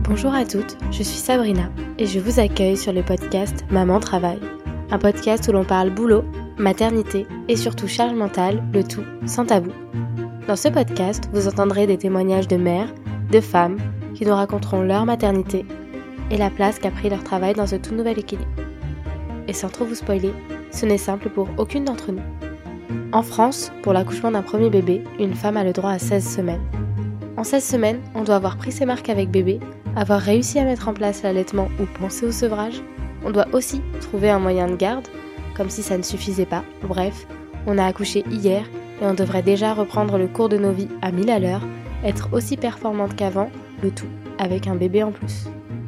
Bonjour à toutes, je suis Sabrina et je vous accueille sur le podcast Maman Travaille, un podcast où l'on parle boulot, maternité et surtout charge mentale, le tout sans tabou. Dans ce podcast, vous entendrez des témoignages de mères, de femmes qui nous raconteront leur maternité et la place qu'a pris leur travail dans ce tout nouvel équilibre. Et sans trop vous spoiler, ce n'est simple pour aucune d'entre nous. En France, pour l'accouchement d'un premier bébé, une femme a le droit à 16 semaines. En 16 semaines, on doit avoir pris ses marques avec bébé, avoir réussi à mettre en place l'allaitement ou penser au sevrage. On doit aussi trouver un moyen de garde, comme si ça ne suffisait pas. Bref, on a accouché hier et on devrait déjà reprendre le cours de nos vies à 1000 à l'heure, être aussi performante qu'avant, le tout avec un bébé en plus.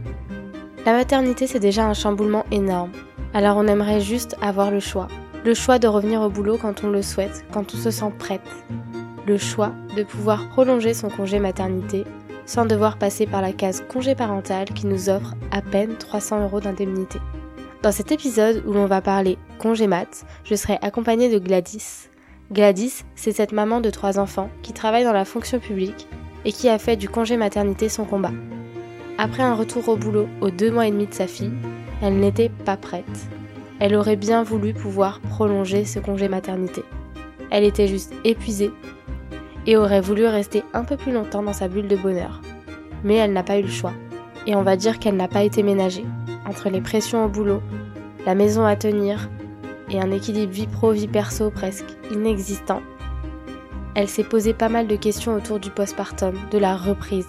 La maternité, c'est déjà un chamboulement énorme. Alors on aimerait juste avoir le choix. Le choix de revenir au boulot quand on le souhaite, quand on se sent prête. Le choix de pouvoir prolonger son congé maternité sans devoir passer par la case congé parental qui nous offre à peine 300 € d'indemnité. Dans cet épisode où l'on va parler congé mat, je serai accompagnée de Gladys. Gladys, c'est cette maman de 3 enfants qui travaille dans la fonction publique et qui a fait du congé maternité son combat. Après un retour au boulot aux 2 mois et demi de sa fille, elle n'était pas prête. Elle aurait bien voulu pouvoir prolonger ce congé maternité. Elle était juste épuisée et aurait voulu rester un peu plus longtemps dans sa bulle de bonheur. Mais elle n'a pas eu le choix. Et on va dire qu'elle n'a pas été ménagée. Entre les pressions au boulot, la maison à tenir et un équilibre vie pro-vie perso presque inexistant, elle s'est posé pas mal de questions autour du postpartum, de la reprise.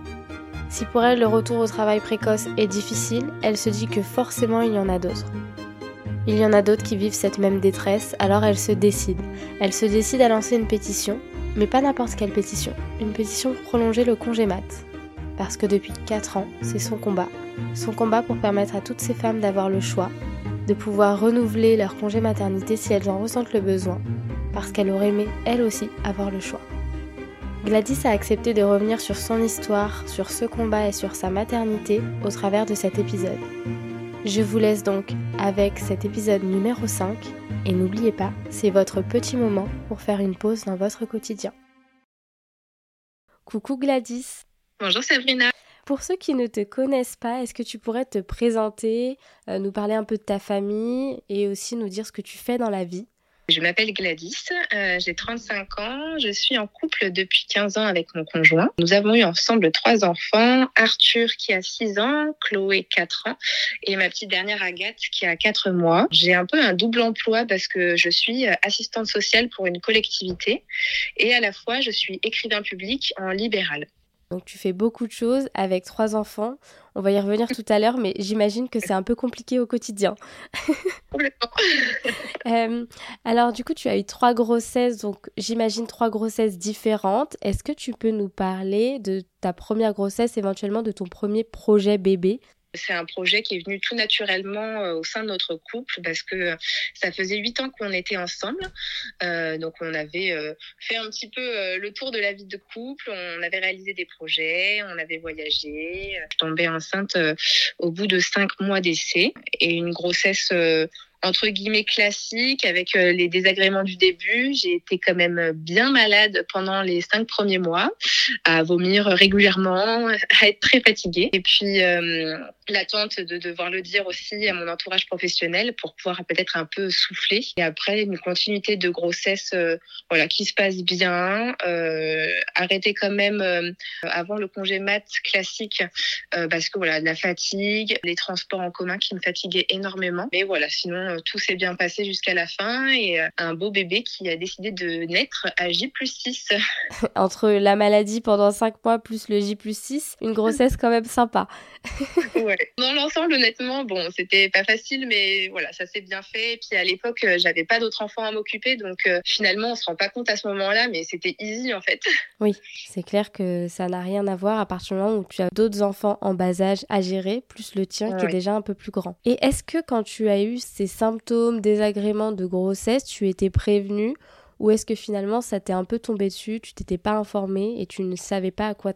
Si pour elle le retour au travail précoce est difficile, elle se dit que forcément il y en a d'autres. Il y en a d'autres qui vivent cette même détresse, alors elle se décide. Elle se décide à lancer une pétition, mais pas n'importe quelle pétition. Une pétition pour prolonger le congé mat. Parce que depuis 4 ans, c'est son combat. Son combat pour permettre à toutes ces femmes d'avoir le choix, de pouvoir renouveler leur congé maternité si elles en ressentent le besoin, parce qu'elle aurait aimé, elle aussi, avoir le choix. Gladys a accepté de revenir sur son histoire, sur ce combat et sur sa maternité au travers de cet épisode. Je vous laisse donc avec cet épisode numéro 5 et n'oubliez pas, c'est votre petit moment pour faire une pause dans votre quotidien. Coucou Gladys. Bonjour Sabrina. Pour ceux qui ne te connaissent pas, est-ce que tu pourrais te présenter, nous parler un peu de ta famille et aussi nous dire ce que tu fais dans la vie ? Je m'appelle Gladys, j'ai 35 ans, je suis en couple depuis 15 ans avec mon conjoint. Nous avons eu ensemble 3 enfants, Arthur qui a 6 ans, Chloé 4 ans et ma petite dernière Agathe qui a 4 mois. J'ai un peu un double emploi parce que je suis assistante sociale pour une collectivité et à la fois je suis écrivain public en libéral. Donc tu fais beaucoup de choses avec 3 enfants. On va y revenir tout à l'heure, mais j'imagine que c'est un peu compliqué au quotidien. Complètement. Alors du coup, tu as eu 3 grossesses, donc j'imagine 3 grossesses différentes. Est-ce que tu peux nous parler de ta première grossesse, éventuellement de ton premier projet bébé ? C'est un projet qui est venu tout naturellement au sein de notre couple parce que ça faisait 8 ans qu'on était ensemble. Donc on avait fait un petit peu le tour de la vie de couple. On avait réalisé des projets, on avait voyagé. Je tombais enceinte au bout de 5 mois d'essai et une grossesse entre guillemets classique avec les désagréments du début. J'ai été quand même bien malade pendant les 5 premiers mois, à vomir régulièrement, à être très fatiguée. Et puis l'attente de devoir le dire aussi à mon entourage professionnel pour pouvoir peut-être un peu souffler. Et après une continuité de grossesse qui se passe bien, arrêter quand même avant le congé mat classique parce que la fatigue, les transports en commun qui me fatiguaient énormément. Mais sinon tout s'est bien passé jusqu'à la fin et un beau bébé qui a décidé de naître à J+6. Entre la maladie pendant 5 mois plus le J+6, une grossesse quand même sympa. Ouais. Dans l'ensemble, honnêtement, c'était pas facile, mais ça s'est bien fait. Et puis à l'époque, j'avais pas d'autres enfants à m'occuper, donc finalement, on se rend pas compte à ce moment-là, mais c'était easy en fait. Oui, c'est clair que ça n'a rien à voir à partir du moment où tu as d'autres enfants en bas âge à gérer, plus le tien qui est déjà un peu plus grand. Et est-ce que quand tu as eu ces symptômes, désagréments de grossesse, tu étais prévenue ou est-ce que finalement ça t'est un peu tombé dessus, tu t'étais pas informée et tu ne savais pas à quoi t'attendre ?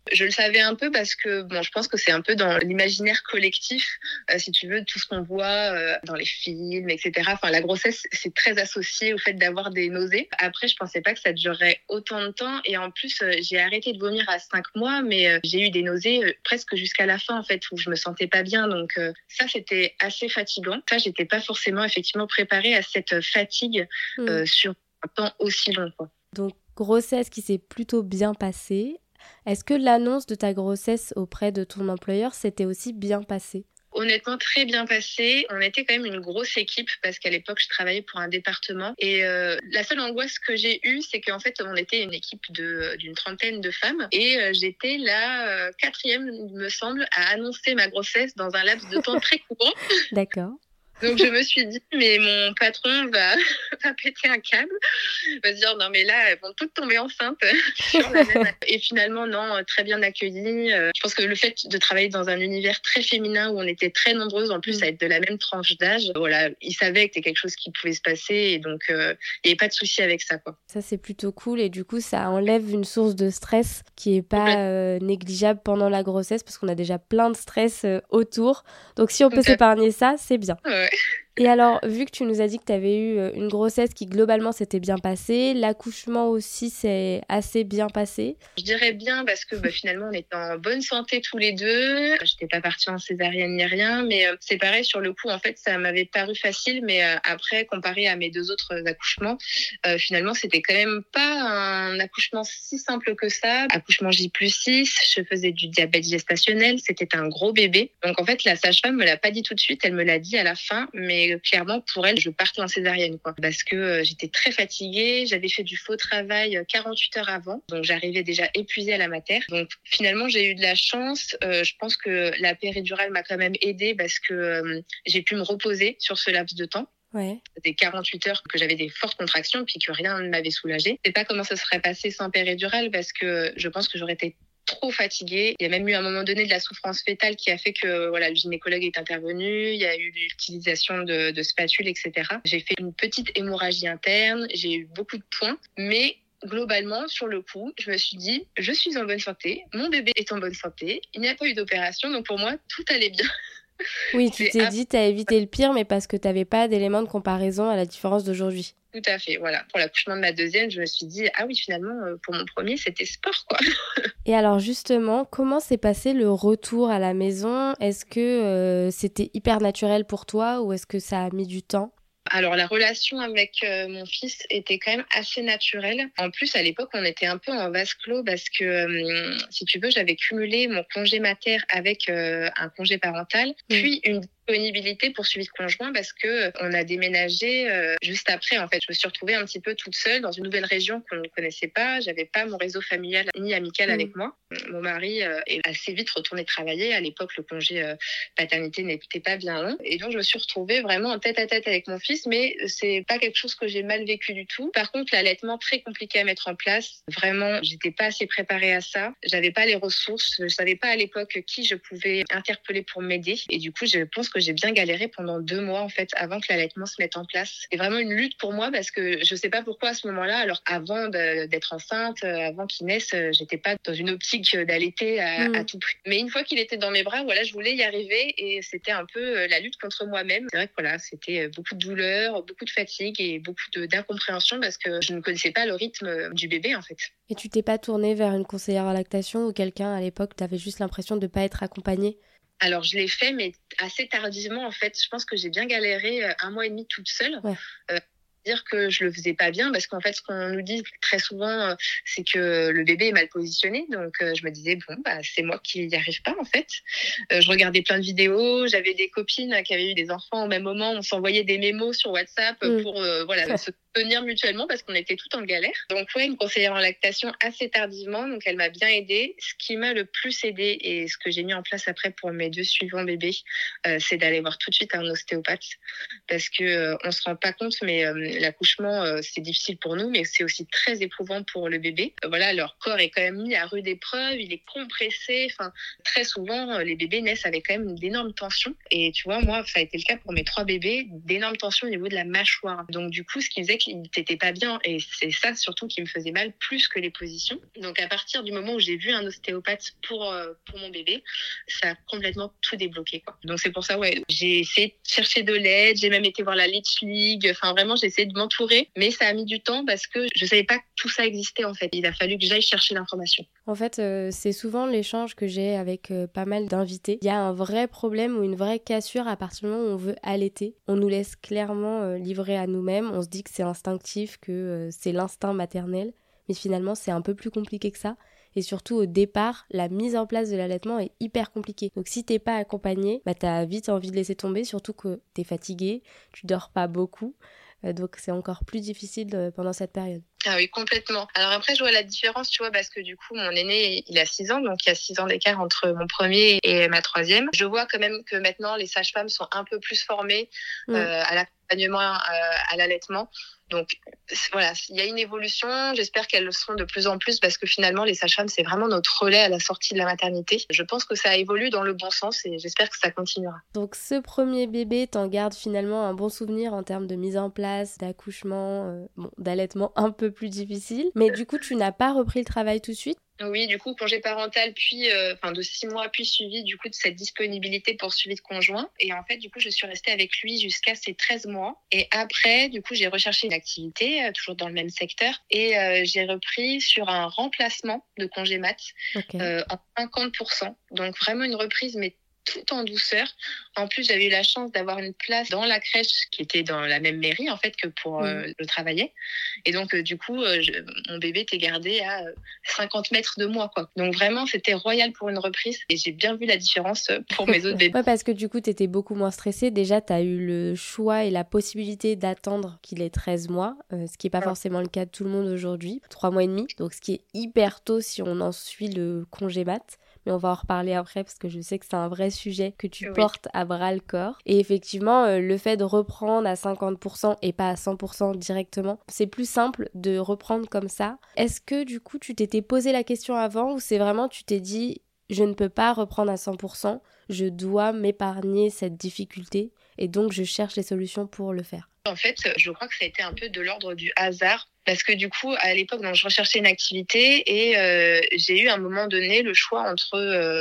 Je le savais un peu parce que je pense que c'est un peu dans l'imaginaire collectif, si tu veux, tout ce qu'on voit dans les films, etc. Enfin, la grossesse, c'est très associé au fait d'avoir des nausées. Après, je pensais pas que ça durerait autant de temps. Et en plus, j'ai arrêté de vomir à 5 mois, mais j'ai eu des nausées presque jusqu'à la fin, en fait, où je me sentais pas bien. Donc ça, c'était assez fatigant. Ça, j'étais pas forcément effectivement préparée à cette fatigue sur un temps aussi long, quoi. Donc, grossesse qui s'est plutôt bien passée. Est-ce que l'annonce de ta grossesse auprès de ton employeur s'était aussi bien passée ? Honnêtement, très bien passé. On était quand même une grosse équipe parce qu'à l'époque, je travaillais pour un département. Et la seule angoisse que j'ai eue, c'est qu'en fait, on était une équipe d'une trentaine de femmes. Et j'étais la quatrième, il me semble, à annoncer ma grossesse dans un laps de temps très court. D'accord. Donc, je me suis dit, mais mon patron va péter un câble, va se dire, non, mais là, elles vont toutes tomber enceintes sur la même. Et finalement, non, très bien accueillie. Je pense que le fait de travailler dans un univers très féminin où on était très nombreuses, en plus, à être de la même tranche d'âge, voilà, ils savaient que c'était quelque chose qui pouvait se passer. Et donc, il n'y avait pas de souci avec ça, quoi. Ça, c'est plutôt cool. Et du coup, ça enlève une source de stress qui n'est pas négligeable pendant la grossesse parce qu'on a déjà plein de stress autour. Donc, si on peut s'épargner ça, c'est bien. Ouais. Et alors, vu que tu nous as dit que tu avais eu une grossesse qui globalement s'était bien passée, l'accouchement aussi s'est assez bien passé. Je dirais bien parce que finalement on était en bonne santé tous les deux. J'étais pas partie en césarienne ni rien, mais c'est pareil sur le coup en fait ça m'avait paru facile, mais après comparé à mes deux autres accouchements, finalement c'était quand même pas un accouchement si simple que ça. Accouchement J+6, je faisais du diabète gestationnel, c'était un gros bébé. Donc en fait la sage-femme me l'a pas dit tout de suite, elle me l'a dit à la fin, mais clairement pour elle je partais en césarienne quoi, parce que j'étais très fatiguée, j'avais fait du faux travail 48 heures avant, donc j'arrivais déjà épuisée à la mater. Donc finalement j'ai eu de la chance, je pense que la péridurale m'a quand même aidée parce que j'ai pu me reposer sur ce laps de temps. Ouais. C'était 48 heures que j'avais des fortes contractions puis que rien ne m'avait soulagée. Je sais pas comment ça serait passé sans péridurale parce que je pense que j'aurais été trop fatiguée. Il y a même eu à un moment donné de la souffrance fœtale qui a fait que le gynécologue est intervenu. Il y a eu l'utilisation de spatules, etc. J'ai fait une petite hémorragie interne. J'ai eu beaucoup de points, mais globalement, sur le coup, je me suis dit, je suis en bonne santé, mon bébé est en bonne santé, il n'y a pas eu d'opération, donc pour moi, tout allait bien. Oui, tu t'es dit, t'as évité le pire, mais parce que t'avais pas d'éléments de comparaison à la différence d'aujourd'hui. Tout à fait, voilà. Pour l'accouchement de ma deuxième, je me suis dit, ah oui, finalement, pour mon premier, c'était sport, quoi. Et alors justement, comment s'est passé le retour à la maison ? Est-ce que c'était hyper naturel pour toi ou est-ce que ça a mis du temps ? Alors, la relation avec mon fils était quand même assez naturelle. En plus, à l'époque, on était un peu en vase clos parce que, si tu veux, j'avais cumulé mon congé mater avec un congé parental, puis une disponibilité pour suivi de conjoint parce que on a déménagé juste après. En fait, je me suis retrouvée un petit peu toute seule dans une nouvelle région qu'on ne connaissait pas. J'avais pas mon réseau familial ni amical avec moi. Mon mari est assez vite retourné travailler. À l'époque, le congé paternité n'était pas bien long, et donc je me suis retrouvée vraiment en tête à tête avec mon fils. Mais c'est pas quelque chose que j'ai mal vécu du tout. Par contre, l'allaitement très compliqué à mettre en place. Vraiment, j'étais pas assez préparée à ça. J'avais pas les ressources. Je savais pas à l'époque qui je pouvais interpeller pour m'aider. Et du coup, je pense que j'ai bien galéré pendant 2 mois en fait avant que l'allaitement se mette en place. C'est vraiment une lutte pour moi parce que je sais pas pourquoi à ce moment-là. Alors avant d'être enceinte, avant qu'il naisse, j'étais pas dans une optique d'allaiter à tout prix. Mais une fois qu'il était dans mes bras, je voulais y arriver et c'était un peu la lutte contre moi-même. C'est vrai que c'était beaucoup de douleur, beaucoup de fatigue et beaucoup d'incompréhension parce que je ne connaissais pas le rythme du bébé en fait. Et tu t'es pas tournée vers une conseillère en lactation ou quelqu'un à l'époque, t'avais juste l'impression de pas être accompagnée ? Alors, je l'ai fait, mais assez tardivement, en fait. Je pense que j'ai bien galéré 1 mois et demi toute seule. Ouais. Dire que je le faisais pas bien parce qu'en fait, ce qu'on nous dit très souvent, c'est que le bébé est mal positionné. Donc, je me disais, c'est moi qui n'y arrive pas, en fait. Je regardais plein de vidéos. J'avais des copines qui avaient eu des enfants au même moment. On s'envoyait des mémos sur WhatsApp pour, se tenir mutuellement parce qu'on était toutes en galère. Donc, une conseillère en lactation assez tardivement. Donc, elle m'a bien aidée. Ce qui m'a le plus aidée et ce que j'ai mis en place après pour mes 2 suivants bébés, c'est d'aller voir tout de suite un ostéopathe parce que on se rend pas compte, mais l'accouchement, c'est difficile pour nous, mais c'est aussi très éprouvant pour le bébé. Leur corps est quand même mis à rude épreuve, il est compressé. Enfin, très souvent, les bébés naissent avec quand même d'énormes tensions. Et tu vois, moi, ça a été le cas pour mes 3 bébés, d'énormes tensions au niveau de la mâchoire. Donc, du coup, ce qui faisait qu'il n'était pas bien. Et c'est ça surtout qui me faisait mal plus que les positions. Donc à partir du moment où j'ai vu un ostéopathe pour mon bébé, ça a complètement tout débloqué, quoi. Donc c'est pour ça, ouais, j'ai essayé de chercher de l'aide, j'ai même été voir la Leech League, enfin vraiment j'ai essayé de m'entourer, mais ça a mis du temps parce que je savais pas que tout ça existait en fait. Il a fallu que j'aille chercher l'information. En fait, c'est souvent l'échange que j'ai avec pas mal d'invités. Il y a un vrai problème ou une vraie cassure à partir du moment où on veut allaiter. On nous laisse clairement livrer à nous-mêmes. On se dit que c'est instinctif, que c'est l'instinct maternel. Mais finalement, c'est un peu plus compliqué que ça. Et surtout, au départ, la mise en place de l'allaitement est hyper compliquée. Donc si t'es pas accompagné, t'as vite envie de laisser tomber, surtout que t'es fatigué, tu dors pas beaucoup. Donc c'est encore plus difficile pendant cette période. Ah oui, complètement. Alors après, je vois la différence, tu vois, parce que du coup, mon aîné, il a 6 ans, donc il y a 6 ans d'écart entre mon premier et ma troisième. Je vois quand même que maintenant, les sages-femmes sont un peu plus formées à l'accompagnement, à l'allaitement. Donc voilà, il y a une évolution. J'espère qu'elles le seront de plus en plus parce que finalement, les sages-femmes, c'est vraiment notre relais à la sortie de la maternité. Je pense que ça évolue dans le bon sens et j'espère que ça continuera. Donc ce premier bébé, t'en gardes finalement un bon souvenir en termes de mise en place, d'accouchement, d'allaitement un peu plus difficile. Mais du coup, tu n'as pas repris le travail tout de suite ? Oui, du coup, congé parental, puis de 6 mois, puis suivi du coup de cette disponibilité pour suivi de conjoint. Et en fait, du coup, je suis restée avec lui jusqu'à ses 13 mois. Et après, du coup, j'ai recherché une activité, toujours dans le même secteur. Et j'ai repris sur un remplacement de congé mat en 50%. Donc vraiment une reprise, mais tout en douceur. En plus, j'avais eu la chance d'avoir une place dans la crèche qui était dans la même mairie en fait que pour le travailler. Et donc du coup, mon bébé était gardé à 50 mètres de moi, quoi. Donc vraiment, c'était royal pour une reprise et j'ai bien vu la différence pour mes autres bébés. Ouais, parce que du coup, t'étais beaucoup moins stressée. Déjà, t'as eu le choix et la possibilité d'attendre qu'il ait 13 mois, ce qui n'est pas forcément le cas de tout le monde aujourd'hui. 3 mois et demi, donc ce qui est hyper tôt si on en suit le congé mat. Mais on va en reparler après parce que je sais que c'est un vrai sujet que tu portes à bras le corps. Et effectivement, le fait de reprendre à 50% et pas à 100% directement, c'est plus simple de reprendre comme ça. Est-ce que du coup, tu t'étais posé la question avant ou c'est vraiment tu t'es dit je ne peux pas reprendre à 100%, je dois m'épargner cette difficulté et donc je cherche les solutions pour le faire? En fait, je crois que ça a été un peu de l'ordre du hasard. Parce que du coup, à l'époque, donc, je recherchais une activité et j'ai eu à un moment donné le choix entre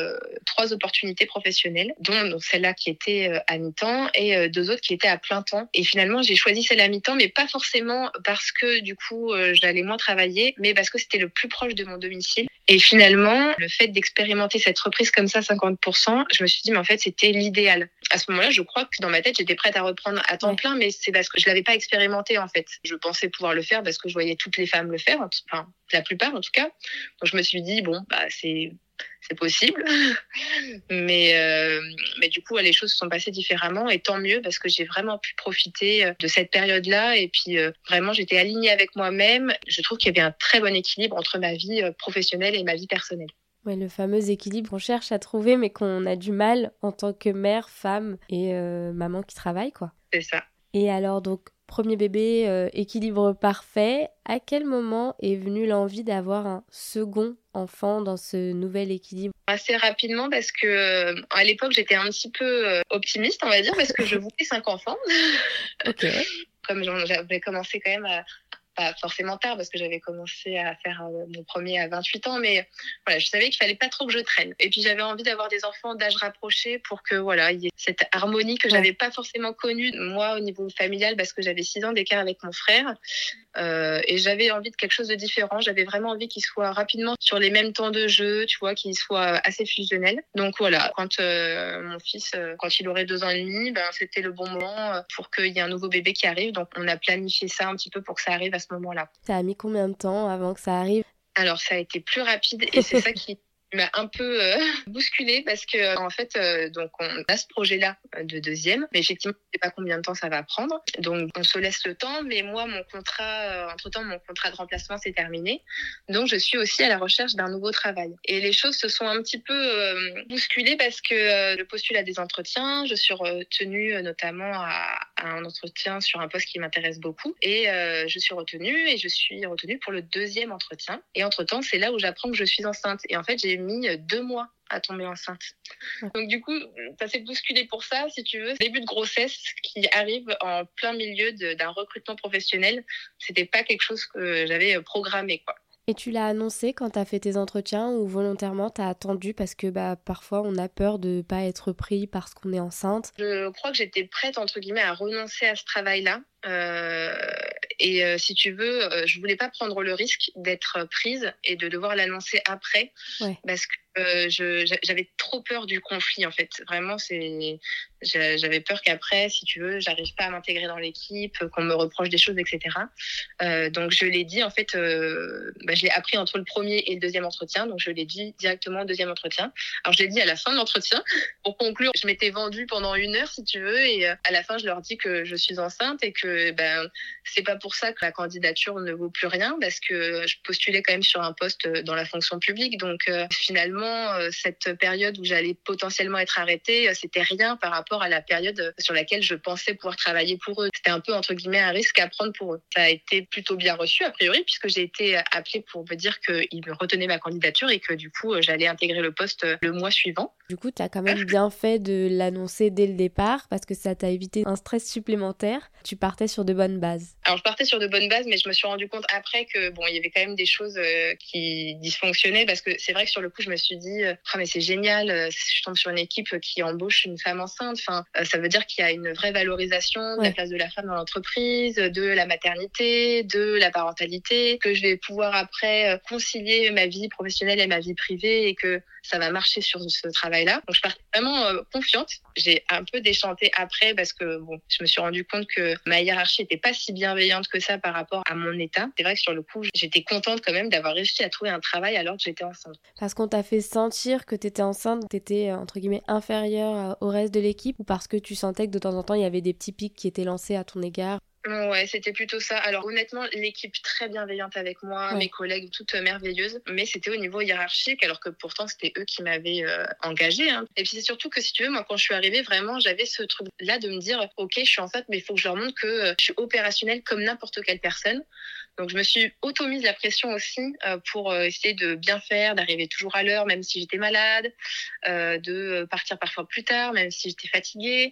3 opportunités professionnelles, dont celle-là qui était à mi-temps et 2 autres qui étaient à plein temps. Et finalement, j'ai choisi celle à mi-temps, mais pas forcément parce que du coup, j'allais moins travailler, mais parce que c'était le plus proche de mon domicile. Et finalement, le fait d'expérimenter cette reprise comme ça, 50%, je me suis dit, mais en fait, c'était l'idéal. À ce moment-là, je crois que dans ma tête, j'étais prête à reprendre à temps plein, mais c'est parce que je l'avais pas expérimenté, en fait. Je pensais pouvoir le faire parce que je voyais toutes les femmes le faire, enfin, la plupart, en tout cas. Donc, je me suis dit, bon, c'est possible. mais du coup, les choses se sont passées différemment et tant mieux parce que j'ai vraiment pu profiter de cette période-là et puis vraiment, j'étais alignée avec moi-même. Je trouve qu'il y avait un très bon équilibre entre ma vie professionnelle et ma vie personnelle. Ouais, le fameux équilibre qu'on cherche à trouver mais qu'on a du mal en tant que mère, femme et maman qui travaille, quoi. C'est ça. Et alors, donc, premier bébé, équilibre parfait. À quel moment est venue l'envie d'avoir un second enfant dans ce nouvel équilibre? Assez rapidement parce que à l'époque, j'étais un petit peu optimiste, on va dire, parce que je voulais 5 enfants. Ok. Comme j'avais commencé quand même pas forcément tard parce que j'avais commencé à faire mon premier à 28 ans, mais voilà, je savais qu'il fallait pas trop que je traîne. Et puis j'avais envie d'avoir des enfants d'âge rapproché pour que voilà, il y ait cette harmonie que j'avais pas forcément connue moi au niveau familial parce que j'avais 6 ans d'écart avec mon frère. Et j'avais envie de quelque chose de différent. J'avais vraiment envie qu'il soit rapidement sur les mêmes temps de jeu, tu vois, qu'il soit assez fusionnel. Donc voilà, quand mon fils, quand il aurait 2 ans et demi, c'était le bon moment pour qu'il y ait un nouveau bébé qui arrive. Donc on a planifié ça un petit peu pour que ça arrive à ce moment-là. Ça a mis combien de temps avant que ça arrive? Alors ça a été plus rapide et c'est ça qui m'a un peu bousculée parce que en fait donc on a ce projet-là de deuxième, mais effectivement je sais pas combien de temps ça va prendre, donc on se laisse le temps. Mais moi mon contrat entre-temps mon contrat de remplacement s'est terminé, donc je suis aussi à la recherche d'un nouveau travail et les choses se sont un petit peu bousculées parce que je postule à des entretiens, je suis retenue notamment à à un entretien sur un poste qui m'intéresse beaucoup. Et je suis retenue pour le deuxième entretien. Et entre-temps, c'est là où j'apprends que je suis enceinte. Et en fait, j'ai mis 2 mois à tomber enceinte. Donc du coup, ça s'est bousculé pour ça, si tu veux. Début de grossesse qui arrive en plein milieu d'un recrutement professionnel, c'était pas quelque chose que j'avais programmé, quoi. Et tu l'as annoncé quand tu as fait tes entretiens ou volontairement tu as attendu parce que parfois on a peur de pas être pris parce qu'on est enceinte? Je crois que j'étais prête, entre guillemets, à renoncer à ce travail-là. Si tu veux, je voulais pas prendre le risque d'être prise et de devoir l'annoncer après, parce que j'avais trop peur du conflit, en fait. Vraiment, j'avais peur qu'après, si tu veux, j'arrive pas à m'intégrer dans l'équipe, qu'on me reproche des choses, etc. Donc je l'ai dit, en fait, je l'ai appris entre le premier et le deuxième entretien, donc je l'ai dit directement au deuxième entretien. Alors je l'ai dit à la fin de l'entretien. Pour conclure, je m'étais vendue pendant 1 heure, si tu veux, et à la fin, je leur dis que je suis enceinte et que c'est pas pour ça que la candidature ne vaut plus rien, parce que je postulais quand même sur un poste dans la fonction publique. Donc finalement, cette période où j'allais potentiellement être arrêtée, c'était rien par rapport à la période sur laquelle je pensais pouvoir travailler pour eux. C'était un peu, entre guillemets, un risque à prendre pour eux. Ça a été plutôt bien reçu, a priori, puisque j'ai été appelée pour me dire qu'ils me retenaient ma candidature et que du coup, j'allais intégrer le poste le mois suivant. Du coup, tu as quand même bien fait de l'annoncer dès le départ parce que ça t'a évité un stress supplémentaire. Tu partais sur de bonnes bases. Alors, je partais sur de bonnes bases, mais je me suis rendu compte après que il y avait quand même des choses qui dysfonctionnaient, parce que c'est vrai que sur le coup, je me suis dit, mais c'est génial, je tombe sur une équipe qui embauche une femme enceinte. Enfin, ça veut dire qu'il y a une vraie valorisation de la place de la femme dans l'entreprise, de la maternité, de la parentalité, que je vais pouvoir après concilier ma vie professionnelle et ma vie privée et que ça va marcher sur ce travail-là. Donc, je partais vraiment confiante. J'ai un peu déchanté après parce que je me suis rendu compte que ma hiérarchie était pas si bienveillante que ça par rapport à mon état. C'est vrai que sur le coup, j'étais contente quand même d'avoir réussi à trouver un travail alors que j'étais enceinte. Parce qu'on t'a fait sentir que t'étais enceinte, t'étais entre guillemets inférieure au reste de l'équipe, ou parce que tu sentais que de temps en temps il y avait des petits pics qui étaient lancés à ton égard? Ouais, c'était plutôt ça. Alors honnêtement, l'équipe très bienveillante avec moi, mes collègues toutes merveilleuses, mais c'était au niveau hiérarchique, alors que pourtant c'était eux qui m'avaient engagée. Hein. Et puis c'est surtout que, si tu veux, moi quand je suis arrivée, vraiment j'avais ce truc-là de me dire, ok, je suis enceinte, mais il faut que je leur montre que je suis opérationnelle comme n'importe quelle personne. Donc je me suis auto-mise la pression aussi pour essayer de bien faire, d'arriver toujours à l'heure, même si j'étais malade, de partir parfois plus tard, même si j'étais fatiguée.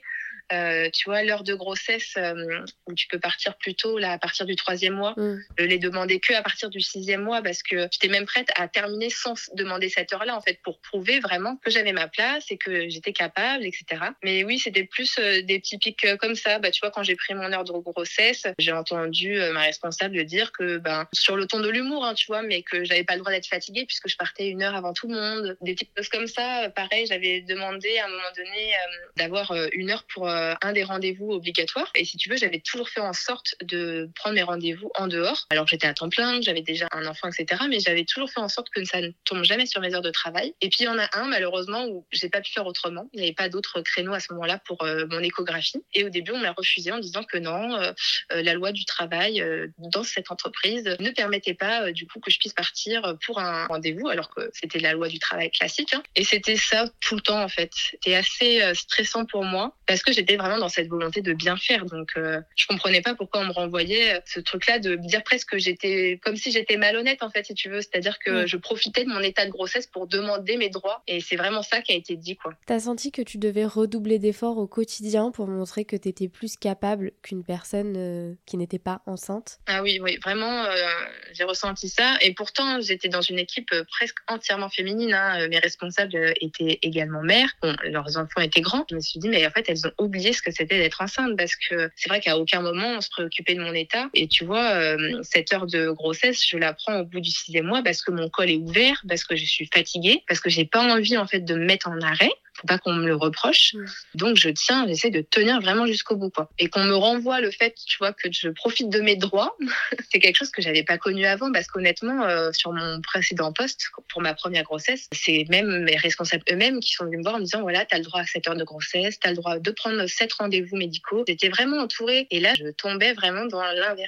Tu vois, l'heure de grossesse où tu peux partir plus tôt, là, à partir du 3e mois, je l'ai demandé que à partir du 6e mois, parce que j'étais même prête à terminer sans demander cette heure-là, en fait, pour prouver vraiment que j'avais ma place et que j'étais capable, etc. Mais oui, c'était plus des petits pics comme ça. Tu vois, quand j'ai pris mon heure de grossesse, j'ai entendu ma responsable dire que, sur le ton de l'humour, hein, tu vois, mais que j'avais pas le droit d'être fatiguée puisque je partais 1 heure avant tout le monde. Des petites choses comme ça. Pareil, j'avais demandé à un moment donné d'avoir 1 heure pour un des rendez-vous obligatoires. Et si tu veux, j'avais toujours fait en sorte de prendre mes rendez-vous en dehors. Alors que j'étais à temps plein, que j'avais déjà un enfant, etc. Mais j'avais toujours fait en sorte que ça ne tombe jamais sur mes heures de travail. Et puis il y en a un, malheureusement, où j'ai pas pu faire autrement. Il n'y avait pas d'autres créneaux à ce moment-là pour mon échographie. Et au début, on m'a refusé en disant que non, la loi du travail dans cette entreprise ne permettait pas du coup que je puisse partir pour un rendez-vous, alors que c'était la loi du travail classique. Hein. Et c'était ça tout le temps, en fait. C'était assez stressant pour moi parce que j'étais vraiment dans cette volonté de bien faire. Donc, je comprenais pas pourquoi on me renvoyait ce truc-là de dire presque que j'étais comme si j'étais malhonnête, en fait, si tu veux. C'est-à-dire que je profitais de mon état de grossesse pour demander mes droits. Et c'est vraiment ça qui a été dit, quoi. T'as senti que tu devais redoubler d'efforts au quotidien pour montrer que t'étais plus capable qu'une personne qui n'était pas enceinte? Ah oui, vraiment, j'ai ressenti ça. Et pourtant, j'étais dans une équipe presque entièrement féminine. Hein. Mes responsables étaient également mères. Bon, leurs enfants étaient grands. Je me suis dit, mais en fait, elles ont oublié ce que c'était d'être enceinte, parce que c'est vrai qu'à aucun moment on se préoccupait de mon état. Et tu vois, cette heure de grossesse, je la prends au bout du 6e mois parce que mon col est ouvert, parce que je suis fatiguée, parce que j'ai pas envie, en fait, de me mettre en arrêt. Faut pas qu'on me le reproche. Donc j'essaie de tenir vraiment jusqu'au bout, quoi. Et qu'on me renvoie le fait, tu vois, que je profite de mes droits, c'est quelque chose que j'avais pas connu avant, parce qu'honnêtement, sur mon précédent poste, pour ma première grossesse, c'est même mes responsables eux-mêmes qui sont venus me voir en me disant, voilà, t'as le droit à 7 heures de grossesse, t'as le droit de prendre 7 rendez-vous médicaux. J'étais vraiment entourée. Et là, je tombais vraiment dans l'inverse, quoi.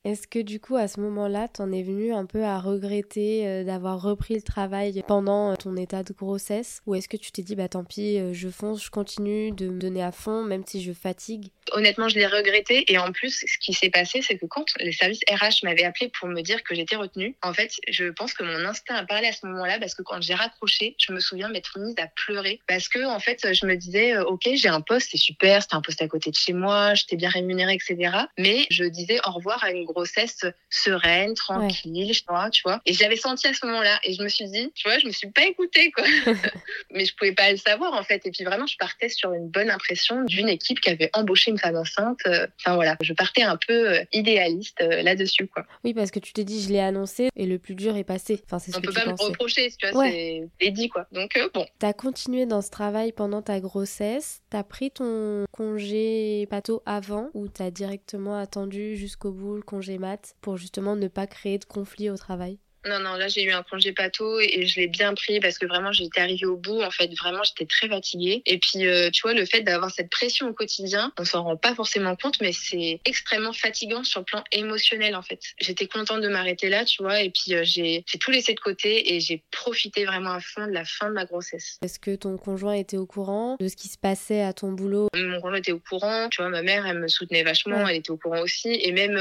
Est-ce que du coup, à ce moment-là, t'en es venu un peu à regretter d'avoir repris le travail pendant ton état de grossesse? Ou est-ce que tu t'es dit, bah tant pis, je fonce, je continue de me donner à fond, même si je fatigue? Honnêtement, je l'ai regretté. Et en plus, ce qui s'est passé, c'est que quand les services RH m'avaient appelé pour me dire que j'étais retenue, en fait, je pense que mon instinct a parlé à ce moment-là parce que quand j'ai raccroché, je me souviens m'être mise à pleurer parce que, en fait, je me disais, OK, j'ai un poste, c'est super, c'était un poste à côté de chez moi, j'étais bien rémunérée, etc. Mais je disais au revoir à une grossesse sereine, tranquille, tu vois. Et je l'avais senti à ce moment-là. Et je me suis dit, tu vois, je me suis pas écoutée, quoi. Mais je pouvais pas le savoir, en fait. Et puis vraiment, je partais sur une bonne impression d'une équipe qui avait embauché une femme enceinte. Enfin voilà, je partais un peu idéaliste là-dessus, quoi. Oui, parce que tu t'es dit, je l'ai annoncé et le plus dur est passé. Enfin, c'est ce On que peut tu pas me pensais. reprocher, tu vois, c'est dit, quoi. Donc bon. T'as continué dans ce travail pendant ta grossesse. T'as pris ton congé pato avant ou t'as directement attendu jusqu'au bout le congé mat pour justement ne pas créer de conflit au travail? Non, là, j'ai eu un congé pato et je l'ai bien pris parce que vraiment, j'étais arrivée au bout. En fait, vraiment, j'étais très fatiguée. Et puis, tu vois, le fait d'avoir cette pression au quotidien, on s'en rend pas forcément compte, mais c'est extrêmement fatigant sur le plan émotionnel, en fait. J'étais contente de m'arrêter là, tu vois, et puis j'ai tout laissé de côté et j'ai profité vraiment à fond de la fin de ma grossesse. Est-ce que ton conjoint était au courant de ce qui se passait à ton boulot? Mon conjoint était au courant, tu vois, ma mère, elle me soutenait vachement, elle était au courant aussi, et même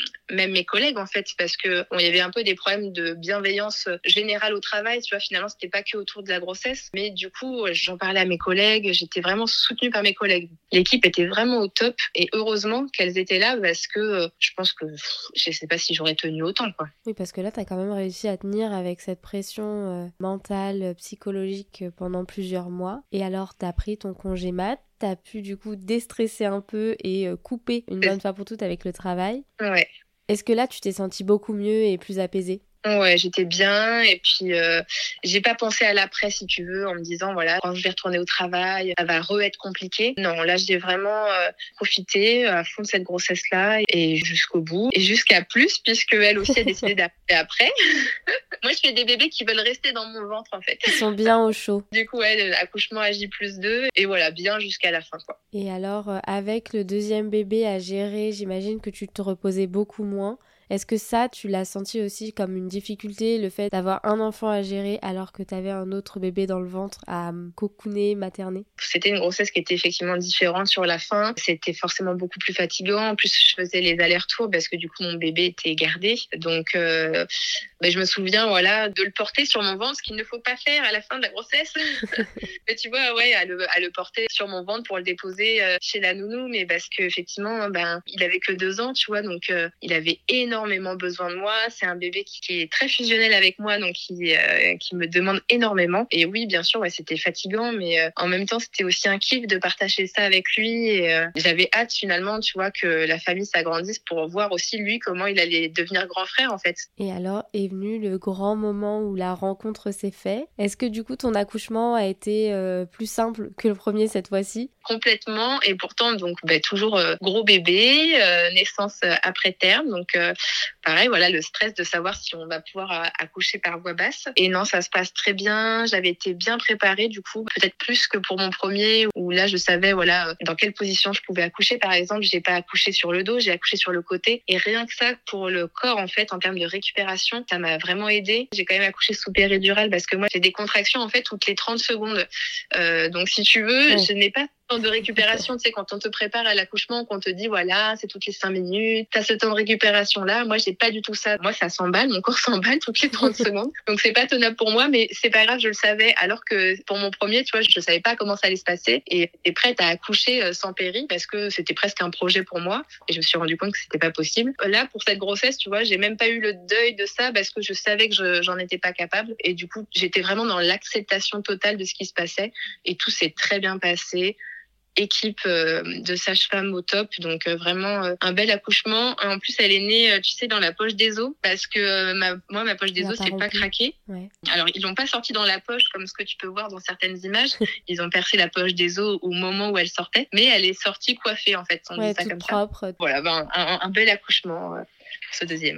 mes collègues, en fait, parce que bon, il y avait un peu des problèmes de bienveillance générale au travail, tu vois, finalement, c'était pas que autour de la grossesse, mais du coup, j'en parlais à mes collègues, j'étais vraiment soutenue par mes collègues. L'équipe était vraiment au top, et heureusement qu'elles étaient là, parce que je pense que je sais pas si j'aurais tenu autant, quoi. Oui, parce que là, t'as quand même réussi à tenir avec cette pression mentale, psychologique pendant plusieurs mois. Et alors, t'as pris ton congé mat, t'as pu du coup déstresser un peu et couper une bonne fois pour toutes avec le travail. Ouais. Est-ce que là, tu t'es sentie beaucoup mieux et plus apaisée? Ouais, j'étais bien et puis j'ai pas pensé à l'après, si tu veux, en me disant voilà, quand je vais retourner au travail, ça va être compliqué. Non, là j'ai vraiment profité à fond de cette grossesse là et jusqu'au bout et jusqu'à plus puisque elle aussi a décidé d'appeler après. Moi, je fais des bébés qui veulent rester dans mon ventre en fait. Ils sont bien au chaud. Du coup, ouais, accouchement à J+2 et voilà, bien jusqu'à la fin, quoi. Et alors, avec le deuxième bébé à gérer, j'imagine que tu te reposais beaucoup moins. Est-ce que ça, tu l'as senti aussi comme une difficulté, le fait d'avoir un enfant à gérer alors que tu avais un autre bébé dans le ventre à cocooner, materner? C'était une grossesse qui était effectivement différente sur la fin. C'était forcément beaucoup plus fatigant. En plus, je faisais les allers-retours parce que du coup, mon bébé était gardé. Donc, je me souviens, voilà, de le porter sur mon ventre, ce qu'il ne faut pas faire à la fin de la grossesse. Mais tu vois, ouais, à le porter sur mon ventre pour le déposer chez la nounou, mais parce que effectivement, il avait que 2 ans, tu vois, donc il avait énormément besoin de moi. C'est un bébé qui est très fusionnel avec moi, donc qui me demande énormément. Et oui, bien sûr, ouais, c'était fatigant, mais en même temps, c'était aussi un kiff de partager ça avec lui. Et j'avais hâte finalement, tu vois, que la famille s'agrandisse pour voir aussi lui comment il allait devenir grand frère en fait. Et alors est venu le grand moment où la rencontre s'est faite. Est-ce que du coup ton accouchement a été plus simple que le premier cette fois-ci? Complètement, et pourtant donc toujours gros bébé, naissance après terme, donc pareil, voilà, le stress de savoir si on va pouvoir accoucher par voie basse. Et non, ça se passe très bien, j'avais été bien préparée du coup, peut-être plus que pour mon premier où là je savais voilà dans quelle position je pouvais accoucher. Par exemple, j'ai pas accouché sur le dos, j'ai accouché sur le côté, et rien que ça pour le corps en fait en termes de récupération, ça m'a vraiment aidée. J'ai quand même accouché sous péridurale parce que moi j'ai des contractions en fait toutes les 30 secondes, donc si tu veux, je n'ai pas de récupération, tu sais, quand on te prépare à l'accouchement, qu'on te dit voilà, c'est toutes les 5 minutes, t'as ce temps de récupération là. Moi, j'ai pas du tout ça. Moi, ça s'emballe, mon corps s'emballe toutes les 30 secondes. Donc, c'est pas tenable pour moi, mais c'est pas grave, je le savais. Alors que pour mon premier, tu vois, je savais pas comment ça allait se passer et j'étais prête à accoucher sans péri parce que c'était presque un projet pour moi et je me suis rendu compte que c'était pas possible. Là, pour cette grossesse, tu vois, j'ai même pas eu le deuil de ça parce que je savais que j'en étais pas capable et du coup, j'étais vraiment dans l'acceptation totale de ce qui se passait et tout s'est très bien passé. Équipe de sage-femme au top, donc vraiment un bel accouchement. En plus, elle est née, tu sais, dans la poche des os, parce que ma poche des os, c'est pas craqué. Ouais. Alors, ils l'ont pas sortie dans la poche, comme ce que tu peux voir dans certaines images. Ils ont percé la poche des os au moment où elle sortait, mais elle est sortie coiffée, en fait, on dit ça comme propre. Ça. Voilà, un bel accouchement, ce deuxième.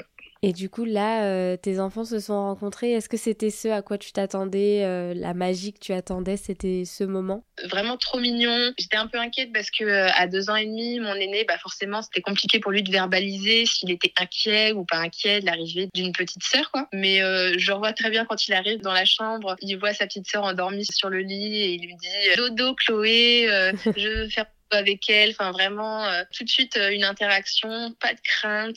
Et du coup, là, tes enfants se sont rencontrés. Est-ce que c'était ce à quoi tu t'attendais, la magie que tu attendais, c'était ce moment? Vraiment trop mignon. J'étais un peu inquiète parce que à 2 ans et demi, mon aîné, forcément, c'était compliqué pour lui de verbaliser s'il était inquiet ou pas inquiet de l'arrivée d'une petite sœur, quoi. Mais je le vois très bien quand il arrive dans la chambre, il voit sa petite sœur endormie sur le lit et il lui dit dodo Chloé, je veux faire avec elle, enfin vraiment tout de suite une interaction, pas de crainte,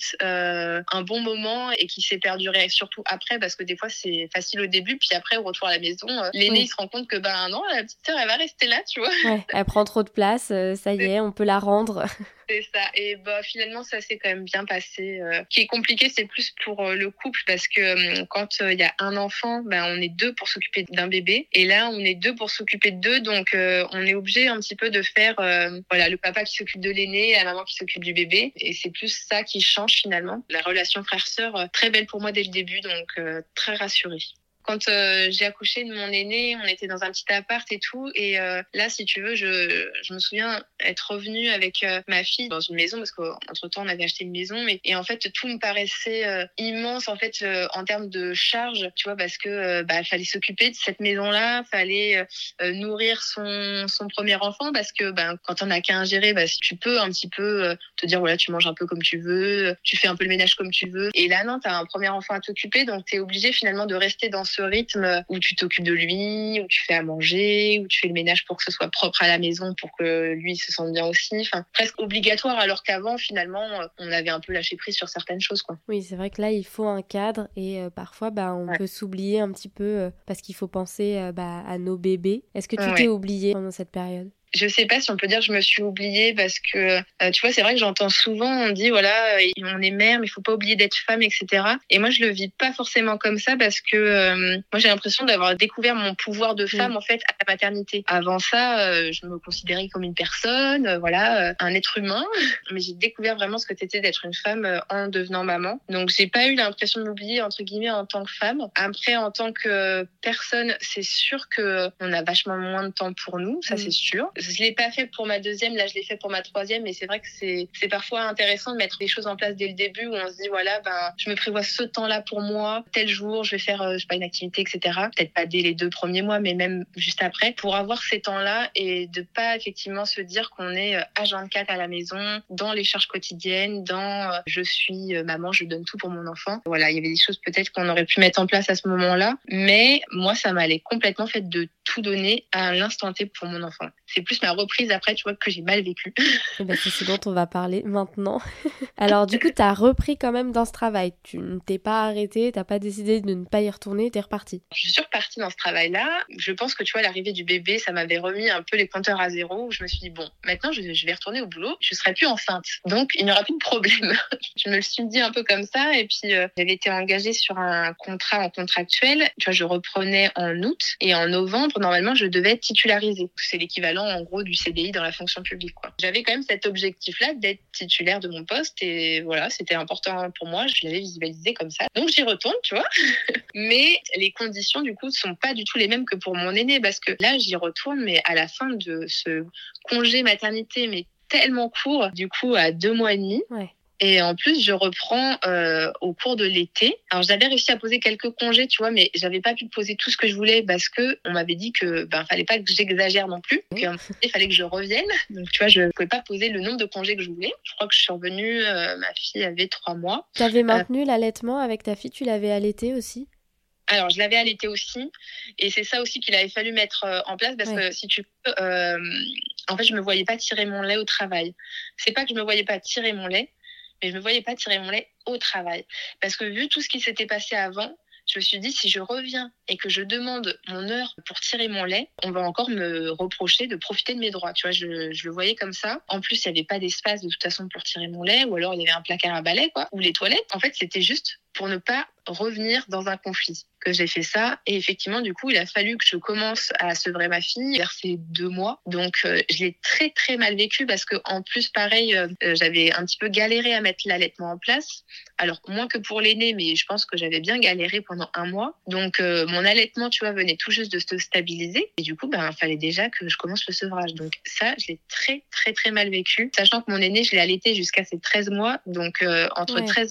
un bon moment et qui s'est perduré surtout après parce que des fois c'est facile au début puis après au retour à la maison l'aîné il se rend compte que non, la petite sœur elle va rester là, tu vois. Ouais, elle prend trop de place, ça y est, on peut la rendre. C'est ça. Et finalement, ça s'est quand même bien passé. Ce qui est compliqué, c'est plus pour le couple parce que quand il y a un enfant, on est deux pour s'occuper d'un bébé. Et là, on est deux pour s'occuper de deux. Donc, on est obligé un petit peu de faire le papa qui s'occupe de l'aîné, la maman qui s'occupe du bébé. Et c'est plus ça qui change finalement. La relation frère-sœur, très belle pour moi dès le début, donc très rassurée. Quand j'ai accouché de mon aîné, on était dans un petit appart et tout. Et là, si tu veux, je me souviens être revenue avec ma fille dans une maison parce qu'entre-temps, on avait acheté une maison. Et en fait, tout me paraissait immense en fait en termes de charge, tu vois, parce que fallait s'occuper de cette maison-là, fallait nourrir son premier enfant parce que quand on n'a qu'à ingérer, si tu peux un petit peu te dire voilà, tu manges un peu comme tu veux, tu fais un peu le ménage comme tu veux. Et là, non, t'as un premier enfant à t'occuper, donc t'es obligé finalement de rester dans ce rythme où tu t'occupes de lui, où tu fais à manger, où tu fais le ménage pour que ce soit propre à la maison, pour que lui se sente bien aussi. Enfin, presque obligatoire, alors qu'avant, finalement, on avait un peu lâché prise sur certaines choses, quoi. Oui, c'est vrai que là, il faut un cadre et parfois, on peut s'oublier un petit peu parce qu'il faut penser à nos bébés. Est-ce que tu t'es oubliée pendant cette période ? Je sais pas si on peut dire que je me suis oubliée parce que, tu vois, c'est vrai que j'entends souvent, on dit, voilà, on est mère, mais il faut pas oublier d'être femme, etc. Et moi, je le vis pas forcément comme ça parce que moi, j'ai l'impression d'avoir découvert mon pouvoir de femme, en fait, à la maternité. Avant ça, je me considérais comme une personne, un être humain. Mais j'ai découvert vraiment ce que c'était d'être une femme en devenant maman. Donc, j'ai pas eu l'impression de m'oublier, entre guillemets, en tant que femme. Après, en tant que personne, c'est sûr que on a vachement moins de temps pour nous, ça c'est sûr. Je l'ai pas fait pour ma deuxième, là je l'ai fait pour ma troisième, mais c'est vrai que c'est parfois intéressant de mettre des choses en place dès le début où on se dit voilà, je me prévois ce temps-là pour moi, tel jour je vais faire une activité, etc. Peut-être pas dès les 2 premiers mois, mais même juste après, pour avoir ces temps-là et de pas effectivement se dire qu'on est H24 à la maison, dans les charges quotidiennes, dans je suis maman, je donne tout pour mon enfant. Voilà, il y avait des choses peut-être qu'on aurait pu mettre en place à ce moment-là, mais moi ça m'allait complètement fait de tout donner à l'instant T pour mon enfant. C'est plus ma reprise après, tu vois, que j'ai mal vécu. C'est ce dont on va parler maintenant. Alors du coup, t'as repris quand même dans ce travail. Tu ne t'es pas arrêtée, t'as pas décidé de ne pas y retourner, t'es repartie. Je suis repartie dans ce travail-là. Je pense que, tu vois, l'arrivée du bébé, ça m'avait remis un peu les compteurs à zéro. Où je me suis dit, bon, maintenant, je vais retourner au boulot. Je serai plus enceinte. Donc, il n'y aura plus de problème. Je me le suis dit un peu comme ça. Et puis, j'avais été engagée sur un contrat en contractuel. Tu vois, je reprenais en août. Et en novembre, normalement, je devais être titularisée. C'est l'équivalent, en gros, du CDI dans la fonction publique, quoi. J'avais quand même cet objectif-là d'être titulaire de mon poste. Et voilà, c'était important pour moi. Je l'avais visualisé comme ça. Donc, j'y retourne, tu vois. Mais les conditions, du coup, sont pas du tout les mêmes que pour mon aîné. Parce que là, j'y retourne, mais à la fin de ce congé maternité, mais tellement court, du coup, à 2 mois et demi. Ouais. Et en plus, je reprends au cours de l'été. Alors, j'avais réussi à poser quelques congés, tu vois, mais j'avais pas pu poser tout ce que je voulais parce que on m'avait dit que fallait pas que j'exagère non plus. Donc, il fallait que je revienne. Donc, tu vois, je pouvais pas poser le nombre de congés que je voulais. Je crois que je suis revenue, ma fille avait 3 mois. T'avais maintenu l'allaitement avec ta fille, tu l'avais allaitée aussi ? Alors, je l'avais allaitée aussi. Et c'est ça aussi qu'il avait fallu mettre en place parce que si tu peux, en fait, je me voyais pas tirer mon lait au travail. C'est pas que je me voyais pas tirer mon lait, mais je me voyais pas tirer mon lait au travail. Parce que vu tout ce qui s'était passé avant, je me suis dit, si je reviens et que je demande mon heure pour tirer mon lait, on va encore me reprocher de profiter de mes droits. Tu vois, je le voyais comme ça. En plus, il n'y avait pas d'espace de toute façon pour tirer mon lait, ou alors il y avait un placard à balai, quoi, ou les toilettes. En fait, c'était juste pour ne pas revenir dans un conflit que j'ai fait ça. Et effectivement, du coup, il a fallu que je commence à sevrer ma fille vers ces 2 mois. Donc, je l'ai très, très mal vécu parce que en plus, pareil, j'avais un petit peu galéré à mettre l'allaitement en place. Alors, moins que pour l'aîné, mais je pense que j'avais bien galéré pendant 1 mois. Donc, mon allaitement, tu vois, venait tout juste de se stabiliser. Et du coup, fallait déjà que je commence le sevrage. Donc, ça, je l'ai très, très, très mal vécu. Sachant que mon aîné, je l'ai allaité jusqu'à ses 13 mois. Donc, entre 13 mois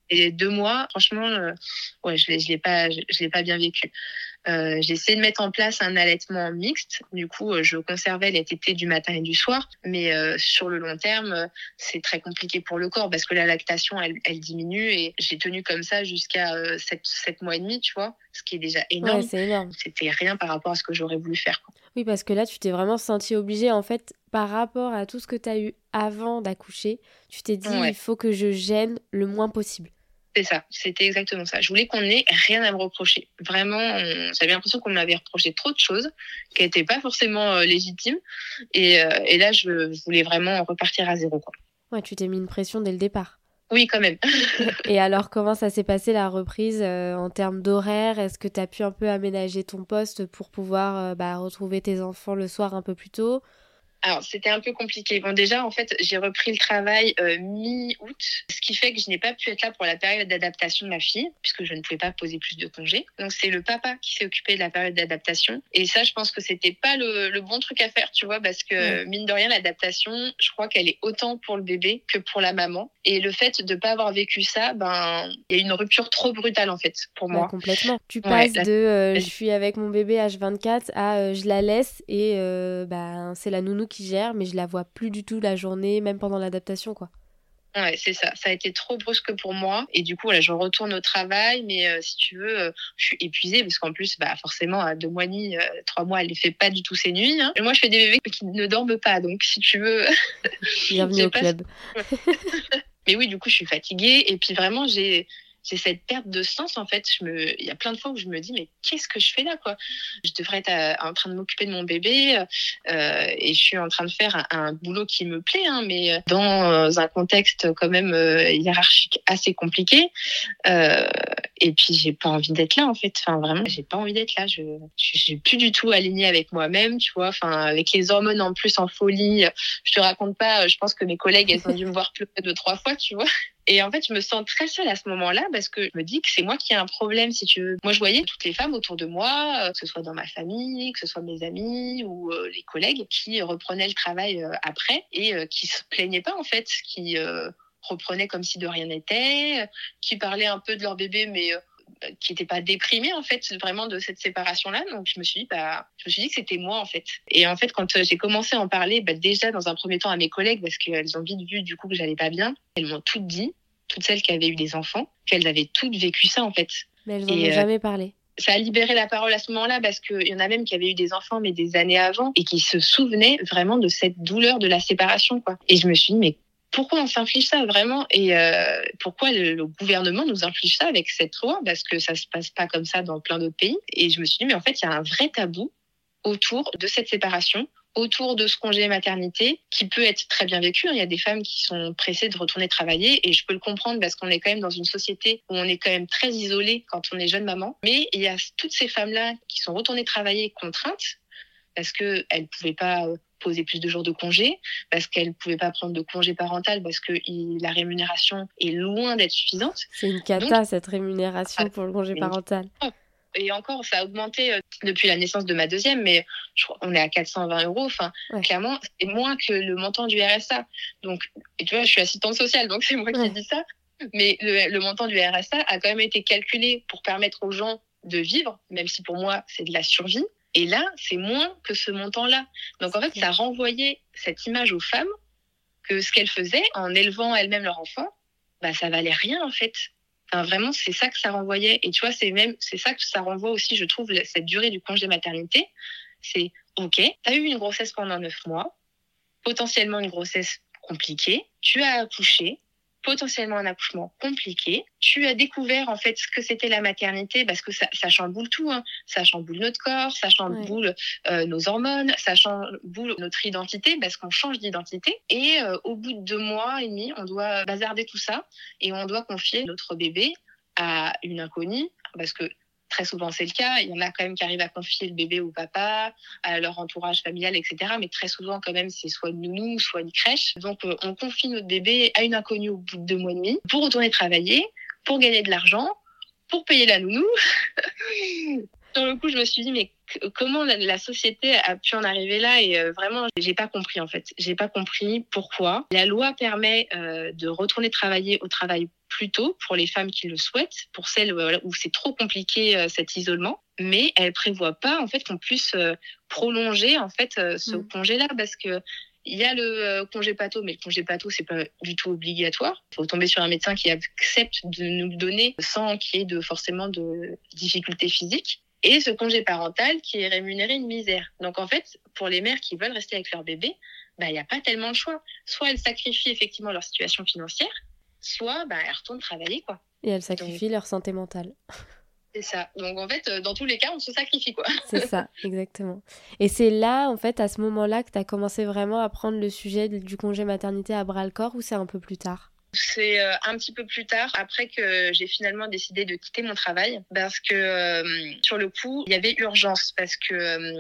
Et 2 mois, franchement, ouais, je l'ai pas bien vécu. J'ai essayé de mettre en place un allaitement mixte. Du coup, je conservais les tétés du matin et du soir. Mais sur le long terme, c'est très compliqué pour le corps parce que la lactation, elle diminue. Et j'ai tenu comme ça jusqu'à 7 mois et demi, tu vois, ce qui est déjà énorme. Ouais, c'est énorme. C'était rien par rapport à ce que j'aurais voulu faire, quoi. Oui, parce que là, tu t'es vraiment sentie obligée, en fait, par rapport à tout ce que tu as eu avant d'accoucher, tu t'es dit, Ouais. il faut que je gêne le moins possible. C'est ça, c'était exactement ça. Je voulais qu'on ait rien à me reprocher. Vraiment, j'avais l'impression qu'on m'avait reproché trop de choses qui n'étaient pas forcément légitimes. Et là, je voulais vraiment repartir à zéro, quoi. Ouais, tu t'es mis une pression dès le départ. Oui, quand même. Et alors, comment ça s'est passé la reprise en termes d'horaire? Est-ce que tu as pu un peu aménager ton poste pour pouvoir retrouver tes enfants le soir un peu plus tôt? Alors, c'était un peu compliqué. Bon, déjà, en fait, j'ai repris le travail mi-août, ce qui fait que je n'ai pas pu être là pour la période d'adaptation de ma fille, puisque je ne pouvais pas poser plus de congés. Donc, c'est le papa qui s'est occupé de la période d'adaptation. Et ça, je pense que c'était pas le bon truc à faire, tu vois, parce que, mine de rien, l'adaptation, je crois qu'elle est autant pour le bébé que pour la maman. Et le fait de pas avoir vécu ça, il y a une rupture trop brutale, en fait, pour moi. Complètement. Tu passes de je suis avec mon bébé H24 à je la laisse et c'est la nounou qui gère, mais je la vois plus du tout la journée, même pendant l'adaptation, quoi. Ouais, c'est ça. Ça a été trop brusque pour moi. Et du coup, voilà, je retourne au travail. Mais si tu veux, je suis épuisée parce qu'en plus, forcément, à 2 mois et demi, 3 mois, elle ne fait pas du tout ses nuits, hein. Et moi, je fais des bébés qui ne dorment pas. Donc, si tu veux... Bienvenue au club. Mais oui, du coup, je suis fatiguée. Et puis, vraiment, j'ai cette perte de sens, en fait. Il y a plein de fois où je me dis, mais qu'est-ce que je fais là, quoi? Je devrais être en train de m'occuper de mon bébé et je suis en train de faire un boulot qui me plaît, hein, mais dans un contexte quand même hiérarchique assez compliqué. Et puis, j'ai pas envie d'être là, en fait. Enfin, vraiment, j'ai pas envie d'être là. Je suis plus du tout alignée avec moi-même, tu vois. Enfin, avec les hormones en plus en folie. Je te raconte pas, je pense que mes collègues, elles ont dû me voir pleurer 2-3 fois, tu vois. Et en fait, je me sens très seule à ce moment-là parce que je me dis que c'est moi qui ai un problème, si tu veux. Moi, je voyais toutes les femmes autour de moi, que ce soit dans ma famille, que ce soit mes amis ou les collègues, qui reprenaient le travail après et qui se plaignaient pas, en fait, qui reprenaient comme si de rien n'était, qui parlaient un peu de leur bébé, mais qui n'étaient pas déprimés, en fait, vraiment de cette séparation-là. Donc, je me suis dit que c'était moi, en fait. Et en fait, quand j'ai commencé à en parler, déjà, dans un premier temps, à mes collègues, parce qu'elles ont vite vu, du coup, que j'allais pas bien, elles m'ont toutes dit, toutes celles qui avaient eu des enfants, qu'elles avaient toutes vécu ça, en fait. Mais elles n'en ont jamais parlé. Ça a libéré la parole à ce moment-là parce qu'il y en a même qui avaient eu des enfants, mais des années avant, et qui se souvenaient vraiment de cette douleur de la séparation, quoi. Et je me suis dit, mais pourquoi on s'inflige ça vraiment? Et pourquoi le gouvernement nous inflige ça avec cette loi? Parce que ça se passe pas comme ça dans plein d'autres pays. Et je me suis dit, mais en fait, il y a un vrai tabou autour de cette séparation, autour de ce congé maternité, qui peut être très bien vécu. Il y a des femmes qui sont pressées de retourner travailler et je peux le comprendre parce qu'on est quand même dans une société où on est quand même très isolé quand on est jeune maman. Mais il y a toutes ces femmes-là qui sont retournées travailler contraintes parce qu'elles ne pouvaient pas poser plus de jours de congé, parce qu'elles ne pouvaient pas prendre de congé parental, parce que la rémunération est loin d'être suffisante. C'est une cata, cette rémunération pour le congé parental. Et encore, ça a augmenté depuis la naissance de ma deuxième, mais je crois qu'on est à 420 €. Enfin, clairement, c'est moins que le montant du RSA. Donc, et tu vois, je suis assistante sociale, donc c'est moi qui dis ça. Mais le montant du RSA a quand même été calculé pour permettre aux gens de vivre, même si pour moi, c'est de la survie. Et là, c'est moins que ce montant-là. Donc, en fait, ça renvoyait cette image aux femmes que ce qu'elles faisaient en élevant elles-mêmes leur enfant, ça valait rien, en fait. Enfin, vraiment, c'est ça que ça renvoyait. Et tu vois, c'est ça que ça renvoie aussi, je trouve, cette durée du congé maternité. C'est, OK, t'as eu une grossesse pendant 9 mois, potentiellement une grossesse compliquée, tu as accouché, potentiellement un accouchement compliqué. Tu as découvert en fait ce que c'était la maternité parce que ça chamboule tout, hein. Ça chamboule notre corps, ça chamboule nos hormones, ça chamboule notre identité parce qu'on change d'identité. Et au bout de 2 mois et demi, on doit bazarder tout ça et on doit confier notre bébé à une inconnue parce que très souvent, c'est le cas. Il y en a quand même qui arrivent à confier le bébé au papa, à leur entourage familial, etc. Mais très souvent, quand même, c'est soit une nounou, soit une crèche. Donc, on confie notre bébé à une inconnue au bout de 2 mois et demi pour retourner travailler, pour gagner de l'argent, pour payer la nounou. Sur le coup, je me suis dit, mais comment la société a pu en arriver là? Et vraiment, j'ai pas compris en fait. J'ai pas compris pourquoi. La loi permet de retourner travailler au travail plus tôt pour les femmes qui le souhaitent, pour celles où c'est trop compliqué cet isolement. Mais elle prévoit pas en fait qu'on puisse prolonger en fait ce congé-là, parce que il y a le congé pato, mais le congé pato, c'est pas du tout obligatoire. Il faut tomber sur un médecin qui accepte de nous le donner sans qu'il y ait forcément de difficultés physiques. Et ce congé parental qui est rémunéré une misère. Donc en fait, pour les mères qui veulent rester avec leur bébé, il n'y a pas tellement de choix. Soit elles sacrifient effectivement leur situation financière, soit elles retournent travailler, quoi. Et elles sacrifient leur santé mentale. C'est ça. Donc en fait, dans tous les cas, on se sacrifie, quoi. C'est ça, exactement. Et c'est là, en fait, à ce moment-là, que tu as commencé vraiment à prendre le sujet du congé maternité à bras-le-corps, ou c'est un peu plus tard? C'est un petit peu plus tard, après que j'ai finalement décidé de quitter mon travail, parce que sur le coup, il y avait urgence, parce que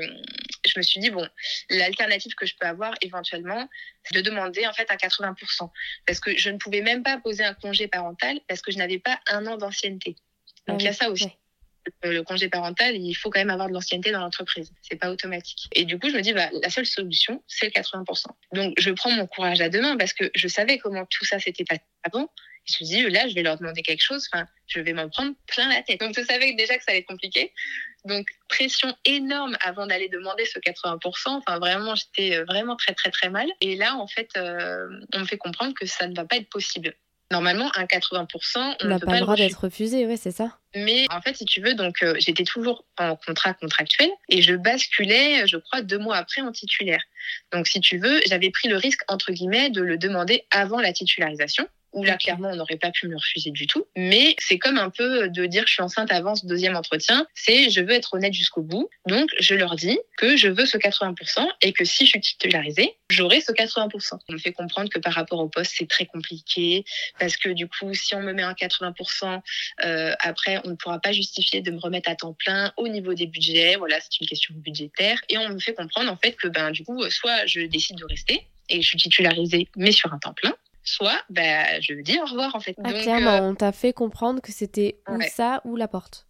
je me suis dit, bon, l'alternative que je peux avoir éventuellement, c'est de demander en fait à 80%, parce que je ne pouvais même pas poser un congé parental, parce que je n'avais pas 1 an d'ancienneté. Donc il y a ça aussi. Ouais. Le congé parental, il faut quand même avoir de l'ancienneté dans l'entreprise. C'est pas automatique. Et du coup, je me dis, la seule solution, c'est le 80%. Donc, je prends mon courage à deux mains, parce que je savais comment tout ça s'était passé avant. Et je me dis, là, je vais leur demander quelque chose. Enfin, je vais m'en prendre plein la tête. Donc, je savais déjà que ça allait être compliqué. Donc, pression énorme avant d'aller demander ce 80%. Enfin, vraiment, j'étais vraiment très, très, très mal. Et là, en fait, on me fait comprendre que ça ne va pas être possible. Normalement, un 80%, on n'a pas le droit d'être refusé, ouais, c'est ça. Mais en fait, si tu veux, donc j'étais toujours en contrat contractuel et je basculais, je crois, 2 mois après en titulaire. Donc, si tu veux, j'avais pris le risque, entre guillemets, de le demander avant la titularisation, où là, clairement, on n'aurait pas pu me refuser du tout. Mais c'est comme un peu de dire que je suis enceinte avant ce 2e entretien. C'est je veux être honnête jusqu'au bout. Donc, je leur dis que je veux ce 80% et que si je suis titularisée, j'aurai ce 80%. On me fait comprendre que par rapport au poste, c'est très compliqué parce que du coup, si on me met un 80%, après, on ne pourra pas justifier de me remettre à temps plein au niveau des budgets. Voilà, c'est une question budgétaire. Et on me fait comprendre en fait que du coup, soit je décide de rester et je suis titularisée, mais sur un temps plein, soit je dis au revoir en fait. Ah, donc, clairement, on t'a fait comprendre que c'était ou ça ou la porte.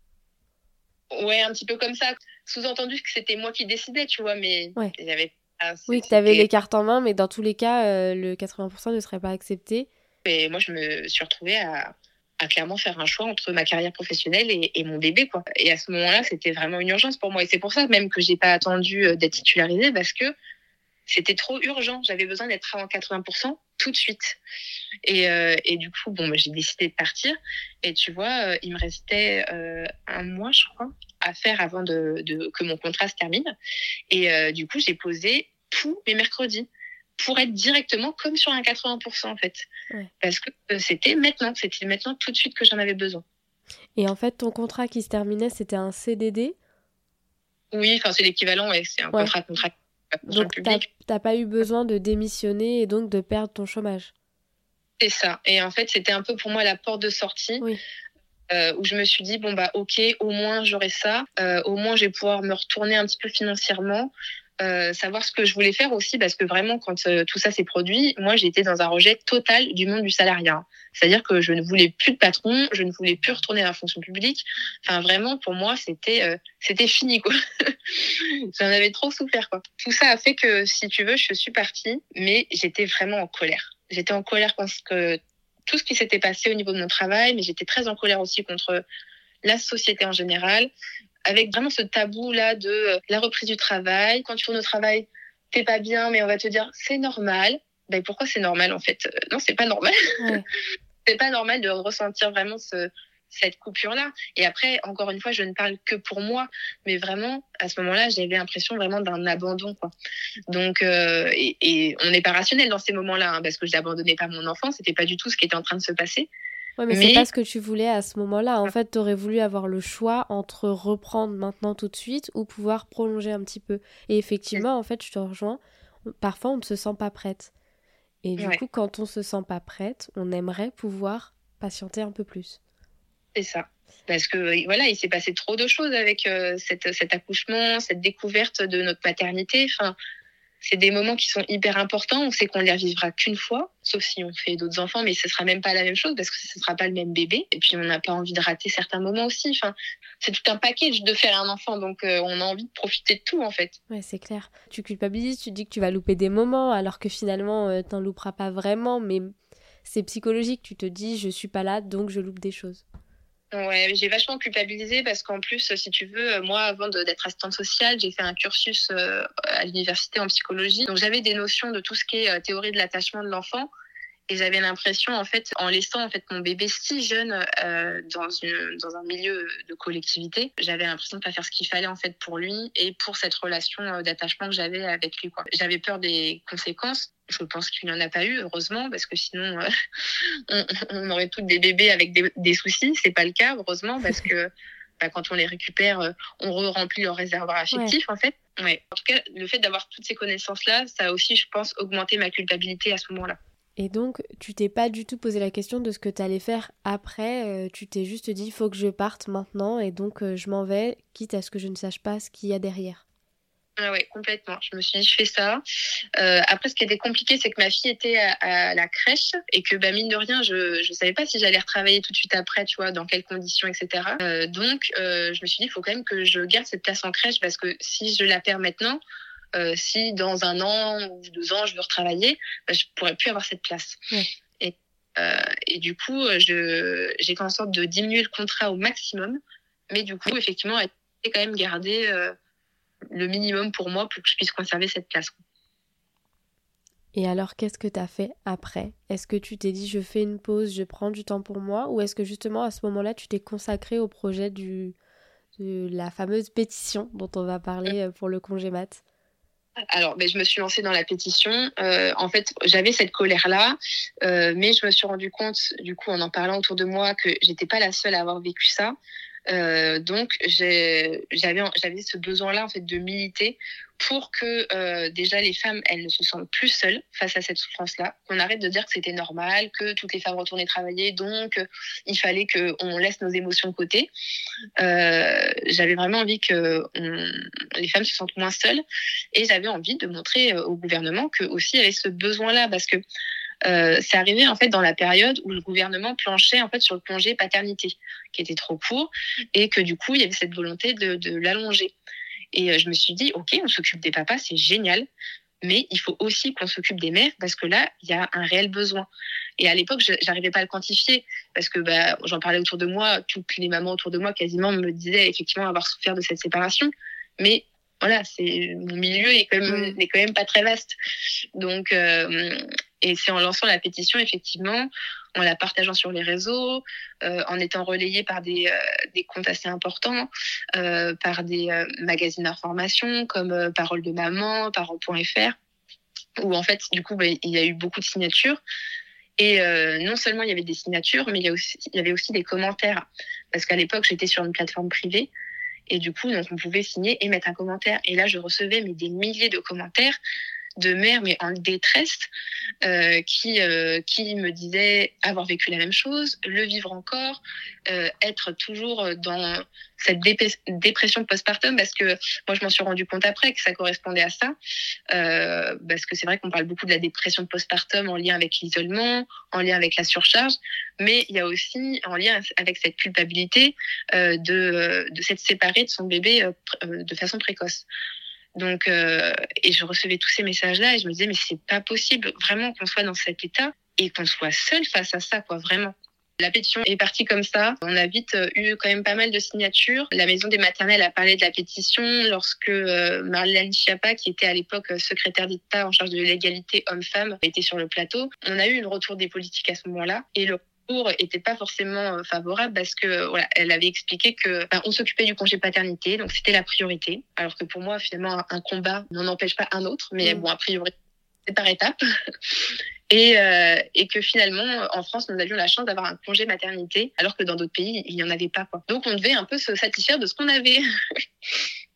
Ouais, un petit peu comme ça. Sous-entendu que c'était moi qui décidais, tu vois, mais il y avait oui, que t'avais les cartes en main, mais dans tous les cas, le 80% ne serait pas accepté. Et moi, je me suis retrouvée à clairement faire un choix entre ma carrière professionnelle et mon bébé, quoi. Et à ce moment-là, c'était vraiment une urgence pour moi. Et c'est pour ça même que j'ai pas attendu d'être titularisée, parce que c'était trop urgent. J'avais besoin d'être en 80% tout de suite. Et du coup, j'ai décidé de partir. Et tu vois, il me restait 1 mois, je crois, à faire avant que mon contrat se termine. Et du coup, j'ai posé tous mes mercredis pour être directement comme sur un 80% en fait. Ouais. Parce que c'était maintenant tout de suite que j'en avais besoin. Et en fait, ton contrat qui se terminait, c'était un CDD ? Oui, enfin c'est l'équivalent, c'est un contrat. Donc t'as pas eu besoin de démissionner et donc de perdre ton chômage. C'est ça. Et en fait, c'était un peu pour moi la porte de sortie. Oui. Où je me suis dit, ok, au moins j'aurai ça. Au moins je vais pouvoir me retourner un petit peu financièrement. Savoir ce que je voulais faire aussi, parce que vraiment, quand tout ça s'est produit, moi, j'étais dans un rejet total du monde du salariat. C'est-à-dire que je ne voulais plus de patron, je ne voulais plus retourner à la fonction publique. Enfin, vraiment, pour moi, c'était fini, quoi. J'en avais trop souffert, quoi. Tout ça a fait que, si tu veux, je suis partie, mais j'étais vraiment en colère. J'étais en colère parce que tout ce qui s'était passé au niveau de mon travail, mais j'étais très en colère aussi contre la société en général, avec vraiment ce tabou-là de la reprise du travail. Quand tu retournes au travail, t'es pas bien, mais on va te dire c'est normal. Pourquoi c'est normal en fait ? Non, c'est pas normal. Ouais. C'est pas normal de ressentir vraiment cette coupure-là. Et après, encore une fois, je ne parle que pour moi, mais vraiment, à ce moment-là, j'avais l'impression vraiment d'un abandon, quoi. Donc, et on n'est pas rationnel dans ces moments-là, parce que je n'abandonnais pas mon enfant, c'était pas du tout ce qui était en train de se passer. Ouais, mais c'est pas ce que tu voulais à ce moment-là. En fait, t'aurais voulu avoir le choix entre reprendre maintenant tout de suite ou pouvoir prolonger un petit peu. Et effectivement, en fait, je te rejoins. Parfois, on ne se sent pas prête. Et du coup, quand on se sent pas prête, on aimerait pouvoir patienter un peu plus. C'est ça. Parce que voilà, il s'est passé trop de choses avec cet accouchement, cette découverte de notre maternité. Enfin, C'est des moments qui sont hyper importants. On sait qu'on les revivra qu'une fois, sauf si on fait d'autres enfants, mais ce sera même pas la même chose parce que ce sera pas le même bébé. Et puis, on n'a pas envie de rater certains moments aussi. Enfin, c'est tout un package de faire un enfant, donc on a envie de profiter de tout, en fait. Ouais, c'est clair. Tu culpabilises, tu dis que tu vas louper des moments, alors que finalement, t'en louperas pas vraiment, mais c'est psychologique. Tu te dis, je suis pas là, donc je loupe des choses. Ouais, j'ai vachement culpabilisé parce qu'en plus, si tu veux, moi, avant d'être assistante sociale, j'ai fait un cursus à l'université en psychologie. Donc, j'avais des notions de tout ce qui est théorie de l'attachement de l'enfant. Et j'avais l'impression, en fait, en laissant en fait mon bébé si jeune dans un milieu de collectivité, j'avais l'impression de pas faire ce qu'il fallait en fait pour lui et pour cette relation d'attachement que j'avais avec lui, quoi. J'avais peur des conséquences. Je pense qu'il n'y en a pas eu, heureusement, parce que sinon, on aurait tous des bébés avec des soucis. C'est pas le cas, heureusement, parce que quand on les récupère, on remplit leur réservoir affectif, en fait. Ouais. En tout cas, le fait d'avoir toutes ces connaissances-là, ça a aussi, je pense, augmenté ma culpabilité à ce moment-là. Et donc, tu t'es pas du tout posé la question de ce que tu allais faire après. Tu t'es juste dit, il faut que je parte maintenant, et donc je m'en vais, quitte à ce que je ne sache pas ce qu'il y a derrière. Ah ouais, complètement. Je me suis dit, je fais ça. Après, ce qui était compliqué, c'est que ma fille était à la crèche et que, mine de rien, je savais pas si j'allais retravailler tout de suite après, tu vois, dans quelles conditions, etc. Donc, je me suis dit, il faut quand même que je garde cette place en crèche parce que si je la perds maintenant, si dans 1 an ou 2 ans, je veux retravailler, je pourrais plus avoir cette place. Ouais. Et du coup, j'ai fait en sorte de diminuer le contrat au maximum. Mais du coup, effectivement, elle a quand même gardé le minimum pour moi pour que je puisse conserver cette place. Et alors, qu'est-ce que tu as fait après ? Est-ce que tu t'es dit, je fais une pause, je prends du temps pour moi ? Ou est-ce que justement, à ce moment-là, tu t'es consacré au projet de la fameuse pétition dont on va parler pour le congé mat ? Alors, je me suis lancée dans la pétition. En fait, j'avais cette colère-là, mais je me suis rendu compte, du coup, en parlant autour de moi, que j'étais pas la seule à avoir vécu ça. Donc, j'avais ce besoin-là, en fait, de militer pour que déjà les femmes, elles ne se sentent plus seules face à cette souffrance-là, qu'on arrête de dire que c'était normal, que toutes les femmes retournaient travailler, donc il fallait qu'on laisse nos émotions de côté. J'avais vraiment envie que les femmes se sentent moins seules et j'avais envie de montrer au gouvernement qu'eux aussi avaient ce besoin-là parce que c'est arrivé en fait dans la période où le gouvernement planchait en fait sur le congé paternité qui était trop court et que du coup il y avait cette volonté de l'allonger. Et je me suis dit ok, on s'occupe des papas, c'est génial, mais il faut aussi qu'on s'occupe des mères parce que là il y a un réel besoin. Et à l'époque j'arrivais pas à le quantifier parce que j'en parlais autour de moi, toutes les mamans autour de moi quasiment me disaient effectivement avoir souffert de cette séparation, mais voilà, mon milieu est quand même pas très vaste. Donc et c'est en lançant la pétition, effectivement, en la partageant sur les réseaux, en étant relayée par des comptes assez importants, par des magazines d'information comme Parole de Maman, Parole.fr, où en fait, du coup, il y a eu beaucoup de signatures. Et non seulement il y avait des signatures, mais il y avait aussi des commentaires. Parce qu'à l'époque, j'étais sur une plateforme privée. Et du coup, donc, on pouvait signer et mettre un commentaire. Et là, je recevais des milliers de commentaires de mères, mais en détresse, qui me disaient avoir vécu la même chose, le vivre encore, être toujours dans cette dépression postpartum, parce que moi, je m'en suis rendu compte après que ça correspondait à ça, parce que c'est vrai qu'on parle beaucoup de la dépression postpartum en lien avec l'isolement, en lien avec la surcharge, mais il y a aussi en lien avec cette culpabilité de s'être séparée de son bébé de façon précoce. Donc, et je recevais tous ces messages-là et je me disais, mais c'est pas possible vraiment qu'on soit dans cet état et qu'on soit seul face à ça, quoi, vraiment. La pétition est partie comme ça. On a vite eu quand même pas mal de signatures. La Maison des maternelles a parlé de la pétition lorsque Marlène Schiappa, qui était à l'époque secrétaire d'État en charge de l'égalité homme-femme, était sur le plateau. On a eu le retour des politiques à ce moment-là et le était pas forcément favorable parce que voilà, elle avait expliqué que on s'occupait du congé paternité, donc c'était la priorité. Alors que pour moi, finalement, un combat n'en empêche pas un autre, mais bon, a priori, c'est par étapes. Et que finalement, en France, nous avions la chance d'avoir un congé maternité, alors que dans d'autres pays, il n'y en avait pas, quoi. Donc, on devait un peu se satisfaire de ce qu'on avait.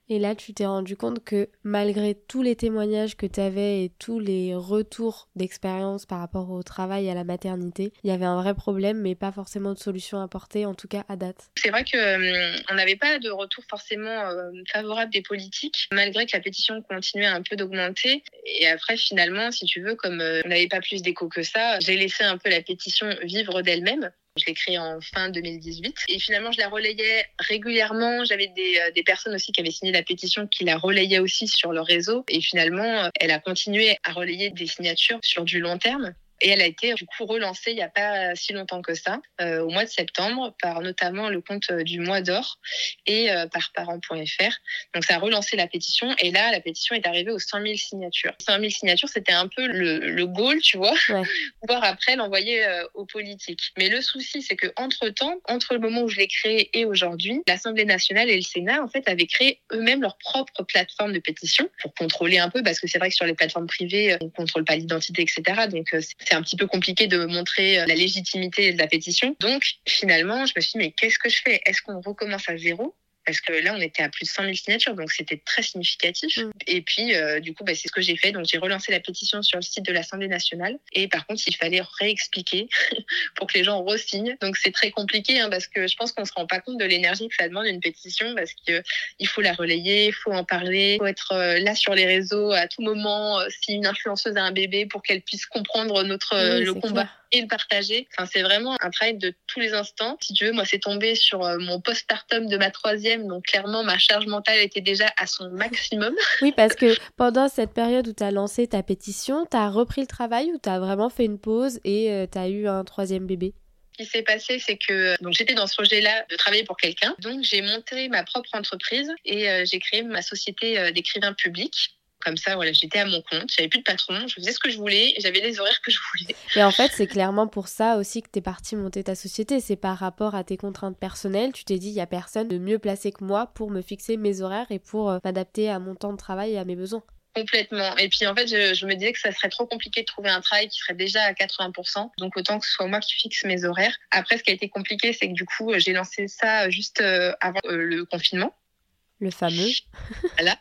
Et là, tu t'es rendu compte que malgré tous les témoignages que tu avais et tous les retours d'expérience par rapport au travail et à la maternité, il y avait un vrai problème, mais pas forcément de solution apportée, en tout cas à date. C'est vrai qu'on n'avait pas de retour forcément favorable des politiques, malgré que la pétition continuait un peu d'augmenter. Et après, finalement, si tu veux, comme on n'avait pas plus d'écho que ça, j'ai laissé un peu la pétition vivre d'elle-même. Je l'ai créée en fin 2018 et finalement je la relayais régulièrement. J'avais des personnes aussi qui avaient signé la pétition qui la relayaient aussi sur leur réseau et finalement elle a continué à relayer des signatures sur du long terme. Et elle a été du coup relancée il n'y a pas si longtemps que ça, au mois de septembre, par notamment le compte du Mois d'Or et par parents.fr. Donc ça a relancé la pétition et là la pétition est arrivée aux 100 000 signatures. 100 000 signatures, c'était un peu le goal, tu vois, pouvoir après l'envoyer aux politiques. Mais le souci, c'est que entre-temps, entre le moment où je l'ai créé et aujourd'hui, l'Assemblée nationale et le Sénat en fait avaient créé eux-mêmes leur propre plateforme de pétition pour contrôler un peu, parce que c'est vrai que sur les plateformes privées, on ne contrôle pas l'identité, etc. Donc c'est un petit peu compliqué de montrer la légitimité de la pétition. Donc, finalement, je me suis dit, mais qu'est-ce que je fais ? Est-ce qu'on recommence à zéro ? Parce que là, on était à plus de 100 000 signatures, donc c'était très significatif. Et puis, du coup, c'est ce que j'ai fait. Donc, j'ai relancé la pétition sur le site de l'Assemblée nationale. Et par contre, il fallait réexpliquer pour que les gens re-signent. Donc, c'est très compliqué, parce que je pense qu'on se rend pas compte de l'énergie que ça demande une pétition, parce que il faut la relayer, il faut en parler, il faut être là sur les réseaux à tout moment. Si une influenceuse a un bébé, pour qu'elle puisse comprendre le combat. Clair. Et le partager. Enfin, c'est vraiment un travail de tous les instants. Si tu veux, moi, c'est tombé sur mon postpartum de ma 3e. Donc, clairement, ma charge mentale était déjà à son maximum. Oui, parce que pendant cette période où tu as lancé ta pétition, tu as repris le travail ou tu as vraiment fait une pause et tu as eu un 3e bébé ? Ce qui s'est passé, c'est que j'étais dans ce projet-là de travailler pour quelqu'un. Donc, j'ai monté ma propre entreprise et j'ai créé ma société d'écrivains publics. Comme ça, voilà, j'étais à mon compte, j'avais plus de patron, je faisais ce que je voulais, j'avais les horaires que je voulais. Et en fait, c'est clairement pour ça aussi que t'es partie monter ta société. C'est par rapport à tes contraintes personnelles. Tu t'es dit, il y a personne de mieux placé que moi pour me fixer mes horaires et pour m'adapter à mon temps de travail et à mes besoins. Complètement. Et puis en fait, je me disais que ça serait trop compliqué de trouver un travail qui serait déjà à 80%. Donc autant que ce soit moi qui fixe mes horaires. Après, ce qui a été compliqué, c'est que du coup, j'ai lancé ça juste avant le confinement. Le fameux. Voilà.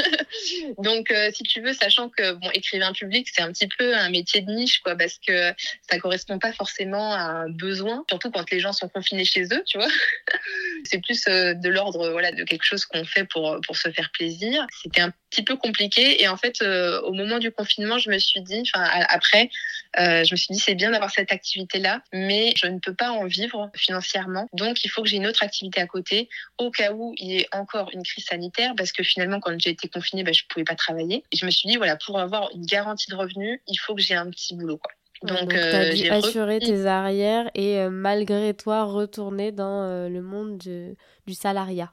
Donc, si tu veux, sachant que écrivain public, c'est un petit peu un métier de niche, quoi, parce que ça correspond pas forcément à un besoin, surtout quand les gens sont confinés chez eux, tu vois. C'est plus de l'ordre, voilà, de quelque chose qu'on fait pour se faire plaisir. C'était un petit peu compliqué, et en fait, au moment du confinement, je me suis dit, je me suis dit, c'est bien d'avoir cette activité-là, mais je ne peux pas en vivre financièrement, donc il faut que j'ai une autre activité à côté, au cas où il y ait encore une crise sanitaire, parce que finalement, quand j'ai été confinée, je pouvais pas travailler. Et je me suis dit, voilà, pour avoir une garantie de revenus, il faut que j'ai un petit boulot, quoi. Donc t'as dû assurer tes arrières et malgré toi retourner dans le monde du salariat.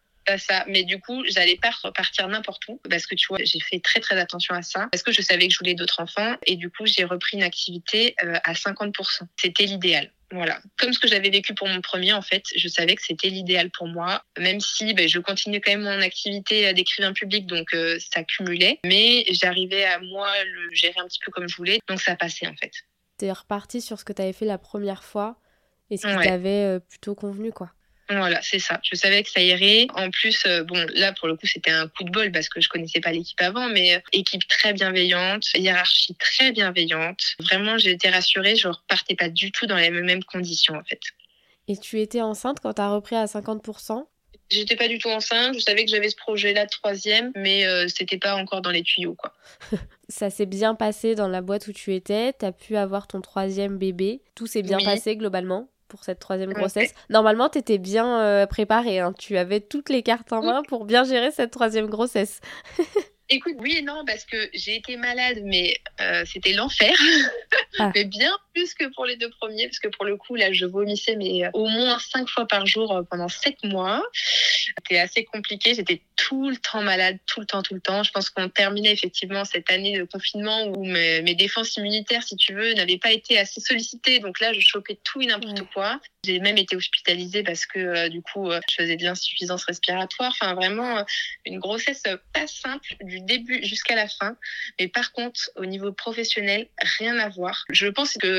Ça, mais du coup, j'allais pas repartir n'importe où parce que tu vois, j'ai fait très très attention à ça parce que je savais que je voulais d'autres enfants et du coup, j'ai repris une activité à 50%. C'était l'idéal. Voilà. Comme ce que j'avais vécu pour mon premier, en fait, je savais que c'était l'idéal pour moi, même si je continuais quand même mon activité d'écrivain public, donc ça cumulait, mais j'arrivais à moi le gérer un petit peu comme je voulais, donc ça passait en fait. T'es repartie sur ce que t'avais fait la première fois et ce qui t'avait plutôt convenu, quoi. Voilà, c'est ça. Je savais que ça irait. En plus, là, pour le coup, c'était un coup de bol parce que je connaissais pas l'équipe avant, mais équipe très bienveillante, hiérarchie très bienveillante. Vraiment, j'ai été rassurée. Je repartais pas du tout dans les mêmes conditions, en fait. Et tu étais enceinte quand t'as repris à 50%? J'étais pas du tout enceinte. Je savais que j'avais ce projet-là de 3e, mais c'était pas encore dans les tuyaux, quoi. Ça s'est bien passé dans la boîte où tu étais. T'as pu avoir ton 3e bébé. Tout s'est bien passé globalement pour cette 3e grossesse. Normalement, t'étais bien préparée, hein. Tu avais toutes les cartes en main pour bien gérer cette 3e grossesse. Écoute, oui et non, parce que j'ai été malade, mais c'était l'enfer. Mais bien plus que pour les 2 premiers, parce que pour le coup, là, je vomissais mais au moins 5 fois par jour pendant 7 mois. C'était assez compliqué. J'étais tout le temps malade, tout le temps. Je pense qu'on terminait effectivement cette année de confinement où mes défenses immunitaires, si tu veux, n'avaient pas été assez sollicitées. Donc là, je chopais tout et n'importe quoi. J'ai même été hospitalisée parce que du coup, je faisais de l'insuffisance respiratoire. Enfin, vraiment, une grossesse pas simple du début jusqu'à la fin. Mais par contre, au niveau professionnel, rien à voir. Je pense que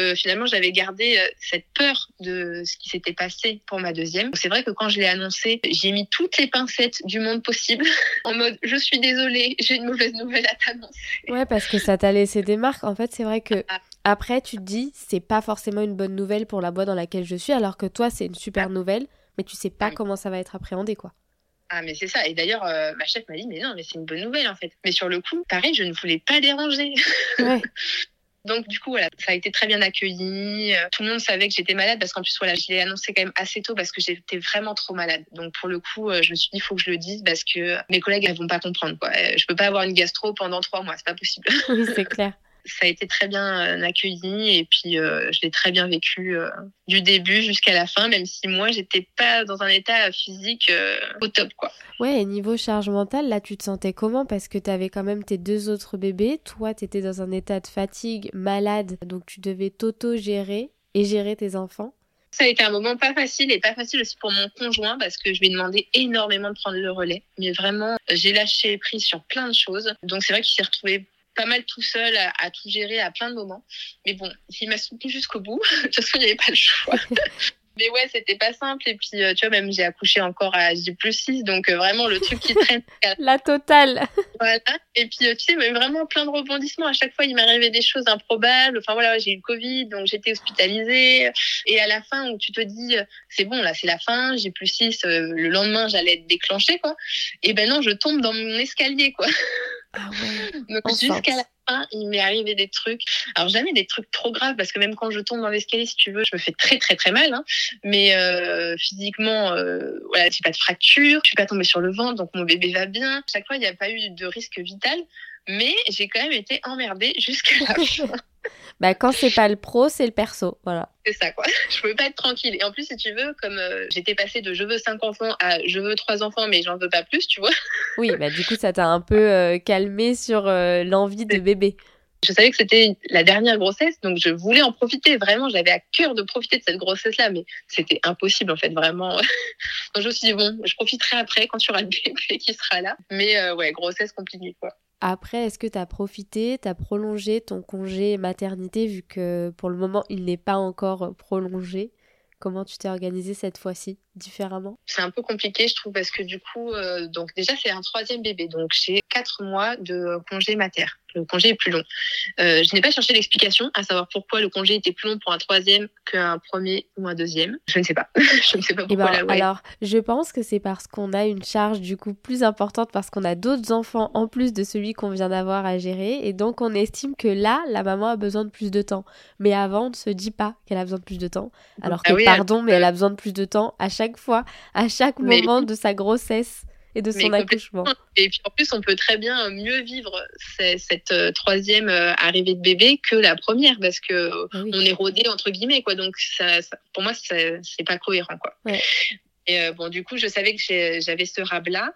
finalement, j'avais gardé cette peur de ce qui s'était passé pour ma deuxième. Donc, c'est vrai que quand je l'ai annoncé, j'ai mis toutes les pincettes du monde possible en mode je suis désolée, j'ai une mauvaise nouvelle à t'annoncer. Ouais, parce que ça t'a laissé des marques. En fait, c'est vrai que après, tu te dis, c'est pas forcément une bonne nouvelle pour la boîte dans laquelle je suis, alors que toi, c'est une super nouvelle, mais tu sais pas comment ça va être appréhendé, quoi. Ah, mais c'est ça. Et d'ailleurs, ma chef m'a dit, mais non, mais c'est une bonne nouvelle, en fait. Mais sur le coup, pareil, je ne voulais pas déranger. Ouais. Donc, du coup, voilà, ça a été très bien accueilli. Tout le monde savait que j'étais malade parce qu'en plus, voilà, je l'ai annoncé quand même assez tôt parce que j'étais vraiment trop malade. Donc, pour le coup, je me suis dit, il faut que je le dise parce que mes collègues, elles vont pas comprendre, quoi. Je peux pas avoir une gastro pendant 3 mois, c'est pas possible. Oui, c'est clair. Ça a été très bien accueilli et puis je l'ai très bien vécu du début jusqu'à la fin, même si moi, j'étais pas dans un état physique au top, quoi. Ouais, et niveau charge mentale, là, tu te sentais comment? Parce que t'avais quand même tes 2 autres bébés. Toi, t'étais dans un état de fatigue, malade, donc tu devais t'auto-gérer et gérer tes enfants. Ça a été un moment pas facile et pas facile aussi pour mon conjoint parce que je lui ai demandé énormément de prendre le relais. Mais vraiment, j'ai lâché prise sur plein de choses. Donc, c'est vrai qu'il s'est retrouvé pas mal tout seul à tout gérer à plein de moments. Mais bon, il m'a soutenu jusqu'au bout. De toute façon, il n'y avait pas le choix. Mais ouais, c'était pas simple. Et puis, tu vois, même j'ai accouché encore à J+6. Donc, vraiment, le truc qui traîne. La totale. Voilà. Et puis, tu sais, mais vraiment plein de rebondissements. À chaque fois, il m'arrivait des choses improbables. Enfin, voilà, j'ai eu le Covid, donc j'étais hospitalisée. Et à la fin, où tu te dis, c'est bon, là, c'est la fin. J+6, le lendemain, j'allais être déclenchée, quoi. Et ben non, je tombe dans mon escalier, quoi. Ah ouais. Donc, jusqu'à la fin, il m'est arrivé des trucs. Alors, jamais des trucs trop graves, parce que même quand je tombe dans l'escalier, si tu veux, je me fais très, très, très mal. Hein. Mais physiquement, voilà, j'ai pas de fracture, je suis pas tombée sur le ventre, donc mon bébé va bien. À chaque fois, il n'y a pas eu de risque vital, mais j'ai quand même été emmerdée jusqu'à la fin. Bah, quand c'est pas le pro, c'est le perso, voilà. C'est ça, quoi. Je pouvais pas être tranquille. Et en plus, si tu veux, comme j'étais passée de je veux 5 enfants à je veux 3 enfants, mais j'en veux pas plus, tu vois. Oui, bah du coup, ça t'a un peu calmé sur l'envie de bébé. Je savais que c'était la dernière grossesse, donc je voulais en profiter. Vraiment, j'avais à cœur de profiter de cette grossesse-là, mais c'était impossible, en fait, vraiment. Donc, je me suis dit, bon, je profiterai après quand tu auras le bébé qui sera là. Mais ouais, grossesse compliquée, quoi. Après, est-ce que t'as profité, t'as prolongé ton congé maternité, vu que pour le moment, il n'est pas encore prolongé? Comment tu t'es organisée cette fois-ci, différemment? C'est un peu compliqué, je trouve, parce que du coup, donc déjà, c'est un 3e bébé. Donc, j'ai 4 mois de congé mater. Le congé est plus long. Je n'ai pas cherché l'explication, à savoir pourquoi le congé était plus long pour un 3e qu'un 1er ou un 2e. Je ne sais pas. Je ne sais pas pourquoi la loi. Alors, je pense que c'est parce qu'on a une charge du coup plus importante, parce qu'on a d'autres enfants en plus de celui qu'on vient d'avoir à gérer, et donc on estime que là, la maman a besoin de plus de temps. Mais avant, on ne se dit pas qu'elle a besoin de plus de temps. Alors que, mais elle a besoin de plus de temps à chaque fois, à chaque moment de sa grossesse et de son accouchement. Et puis en plus, on peut très bien mieux vivre cette 3e arrivée de bébé que la première, parce que on est rodé entre guillemets, quoi. Donc ça, pour moi, c'est pas cohérent, quoi. Ouais. Et bon, du coup, je savais que j'avais ce rab-là.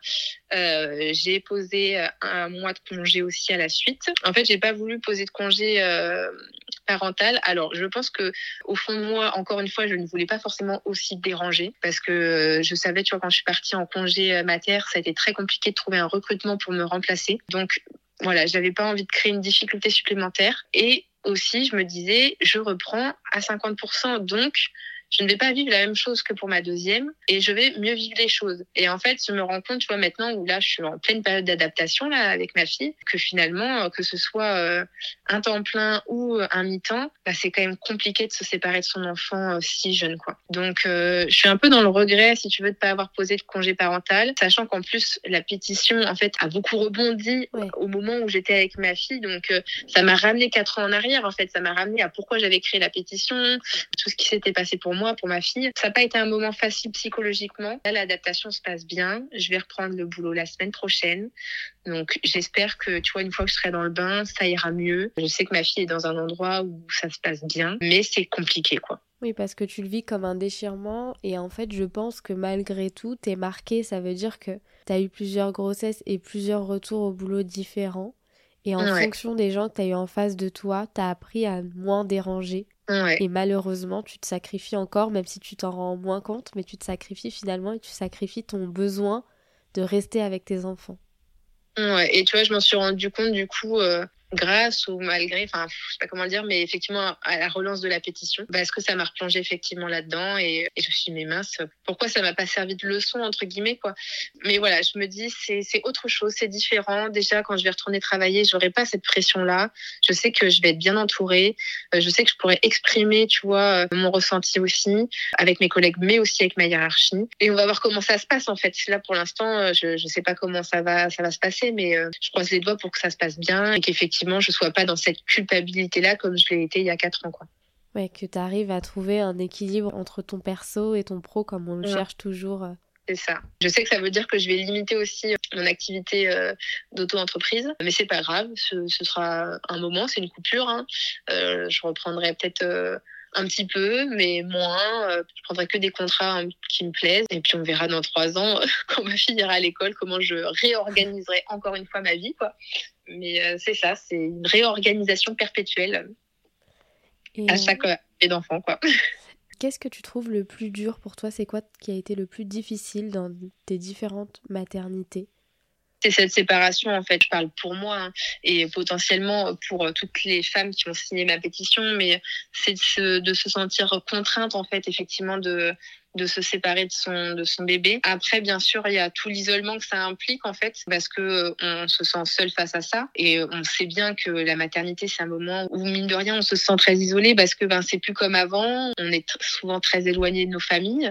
J'ai posé 1 mois de congé aussi à la suite. En fait, j'ai pas voulu poser de congé parental. Alors, je pense que au fond de moi, encore une fois, je ne voulais pas forcément aussi déranger parce que je savais, tu vois, quand je suis partie en congé mater, ça a été très compliqué de trouver un recrutement pour me remplacer. Donc, voilà, j'avais pas envie de créer une difficulté supplémentaire. Et aussi, je me disais, je reprends à 50%, donc je ne vais pas vivre la même chose que pour ma deuxième et je vais mieux vivre les choses. Et en fait, je me rends compte, tu vois, maintenant où là, je suis en pleine période d'adaptation là avec ma fille, que finalement, que ce soit un temps plein ou un mi-temps, bah, c'est quand même compliqué de se séparer de son enfant si jeune, quoi. Donc, je suis un peu dans le regret, si tu veux, de pas avoir posé de congé parental, sachant qu'en plus, la pétition, en fait, a beaucoup rebondi au moment où j'étais avec ma fille. Donc, ça m'a ramené 4 ans en arrière, en fait. Ça m'a ramené à pourquoi j'avais créé la pétition, tout ce qui s'était passé pour moi, pour ma fille. Ça n'a pas été un moment facile psychologiquement. Là, l'adaptation se passe bien. Je vais reprendre le boulot la semaine prochaine. Donc, j'espère que, tu vois, une fois que je serai dans le bain, ça ira mieux. Je sais que ma fille est dans un endroit où ça se passe bien, mais c'est compliqué, quoi. Oui, parce que tu le vis comme un déchirement et en fait, je pense que malgré tout, t'es marquée. Ça veut dire que t'as eu plusieurs grossesses et plusieurs retours au boulot différents. Et en fonction des gens que t'as eu en face de toi, t'as appris à moins déranger. Ouais. Et malheureusement, tu te sacrifies encore, même si tu t'en rends moins compte, mais tu te sacrifies finalement et tu sacrifies ton besoin de rester avec tes enfants. Ouais, et tu vois, je m'en suis rendu compte du coup grâce ou malgré, enfin, je sais pas comment le dire, mais effectivement, à la relance de la pétition, parce que ça m'a replongé effectivement là-dedans et je me suis dit, mais mince, pourquoi ça m'a pas servi de leçon, entre guillemets, quoi. Mais voilà, je me dis, c'est autre chose, c'est différent. Déjà, quand je vais retourner travailler, j'aurai pas cette pression-là. Je sais que je vais être bien entourée. Je sais que je pourrais exprimer, tu vois, mon ressenti aussi avec mes collègues, mais aussi avec ma hiérarchie. Et on va voir comment ça se passe, en fait. Là, pour l'instant, je sais pas comment ça va se passer, mais je croise les doigts pour que ça se passe bien et qu'effectivement, je sois pas dans cette culpabilité-là comme je l'ai été il y a 4 ans, quoi. Ouais, que tu arrives à trouver un équilibre entre ton perso et ton pro comme on le cherche toujours. C'est ça. Je sais que ça veut dire que je vais limiter aussi mon activité d'auto-entreprise, mais c'est pas grave, ce sera un moment, c'est une coupure, hein. Je reprendrai peut-être un petit peu, mais moins. Je prendrai que des contrats qui me plaisent, et puis on verra dans 3 ans, quand ma fille ira à l'école, comment je réorganiserai encore une fois ma vie, quoi. Mais c'est ça, c'est une réorganisation perpétuelle à chaque année d'enfant, quoi. Qu'est-ce que tu trouves le plus dur pour toi? C'est quoi qui a été le plus difficile dans tes différentes maternités? C'est cette séparation, en fait. Je parle pour moi, hein, et potentiellement pour toutes les femmes qui ont signé ma pétition, mais c'est de se sentir contrainte, en fait, effectivement, de se séparer de son bébé. Après, bien sûr, il y a tout l'isolement que ça implique, en fait, parce que on se sent seul face à ça. Et on sait bien que la maternité, c'est un moment où, mine de rien, on se sent très isolé parce que c'est plus comme avant. On est souvent très éloigné de nos familles.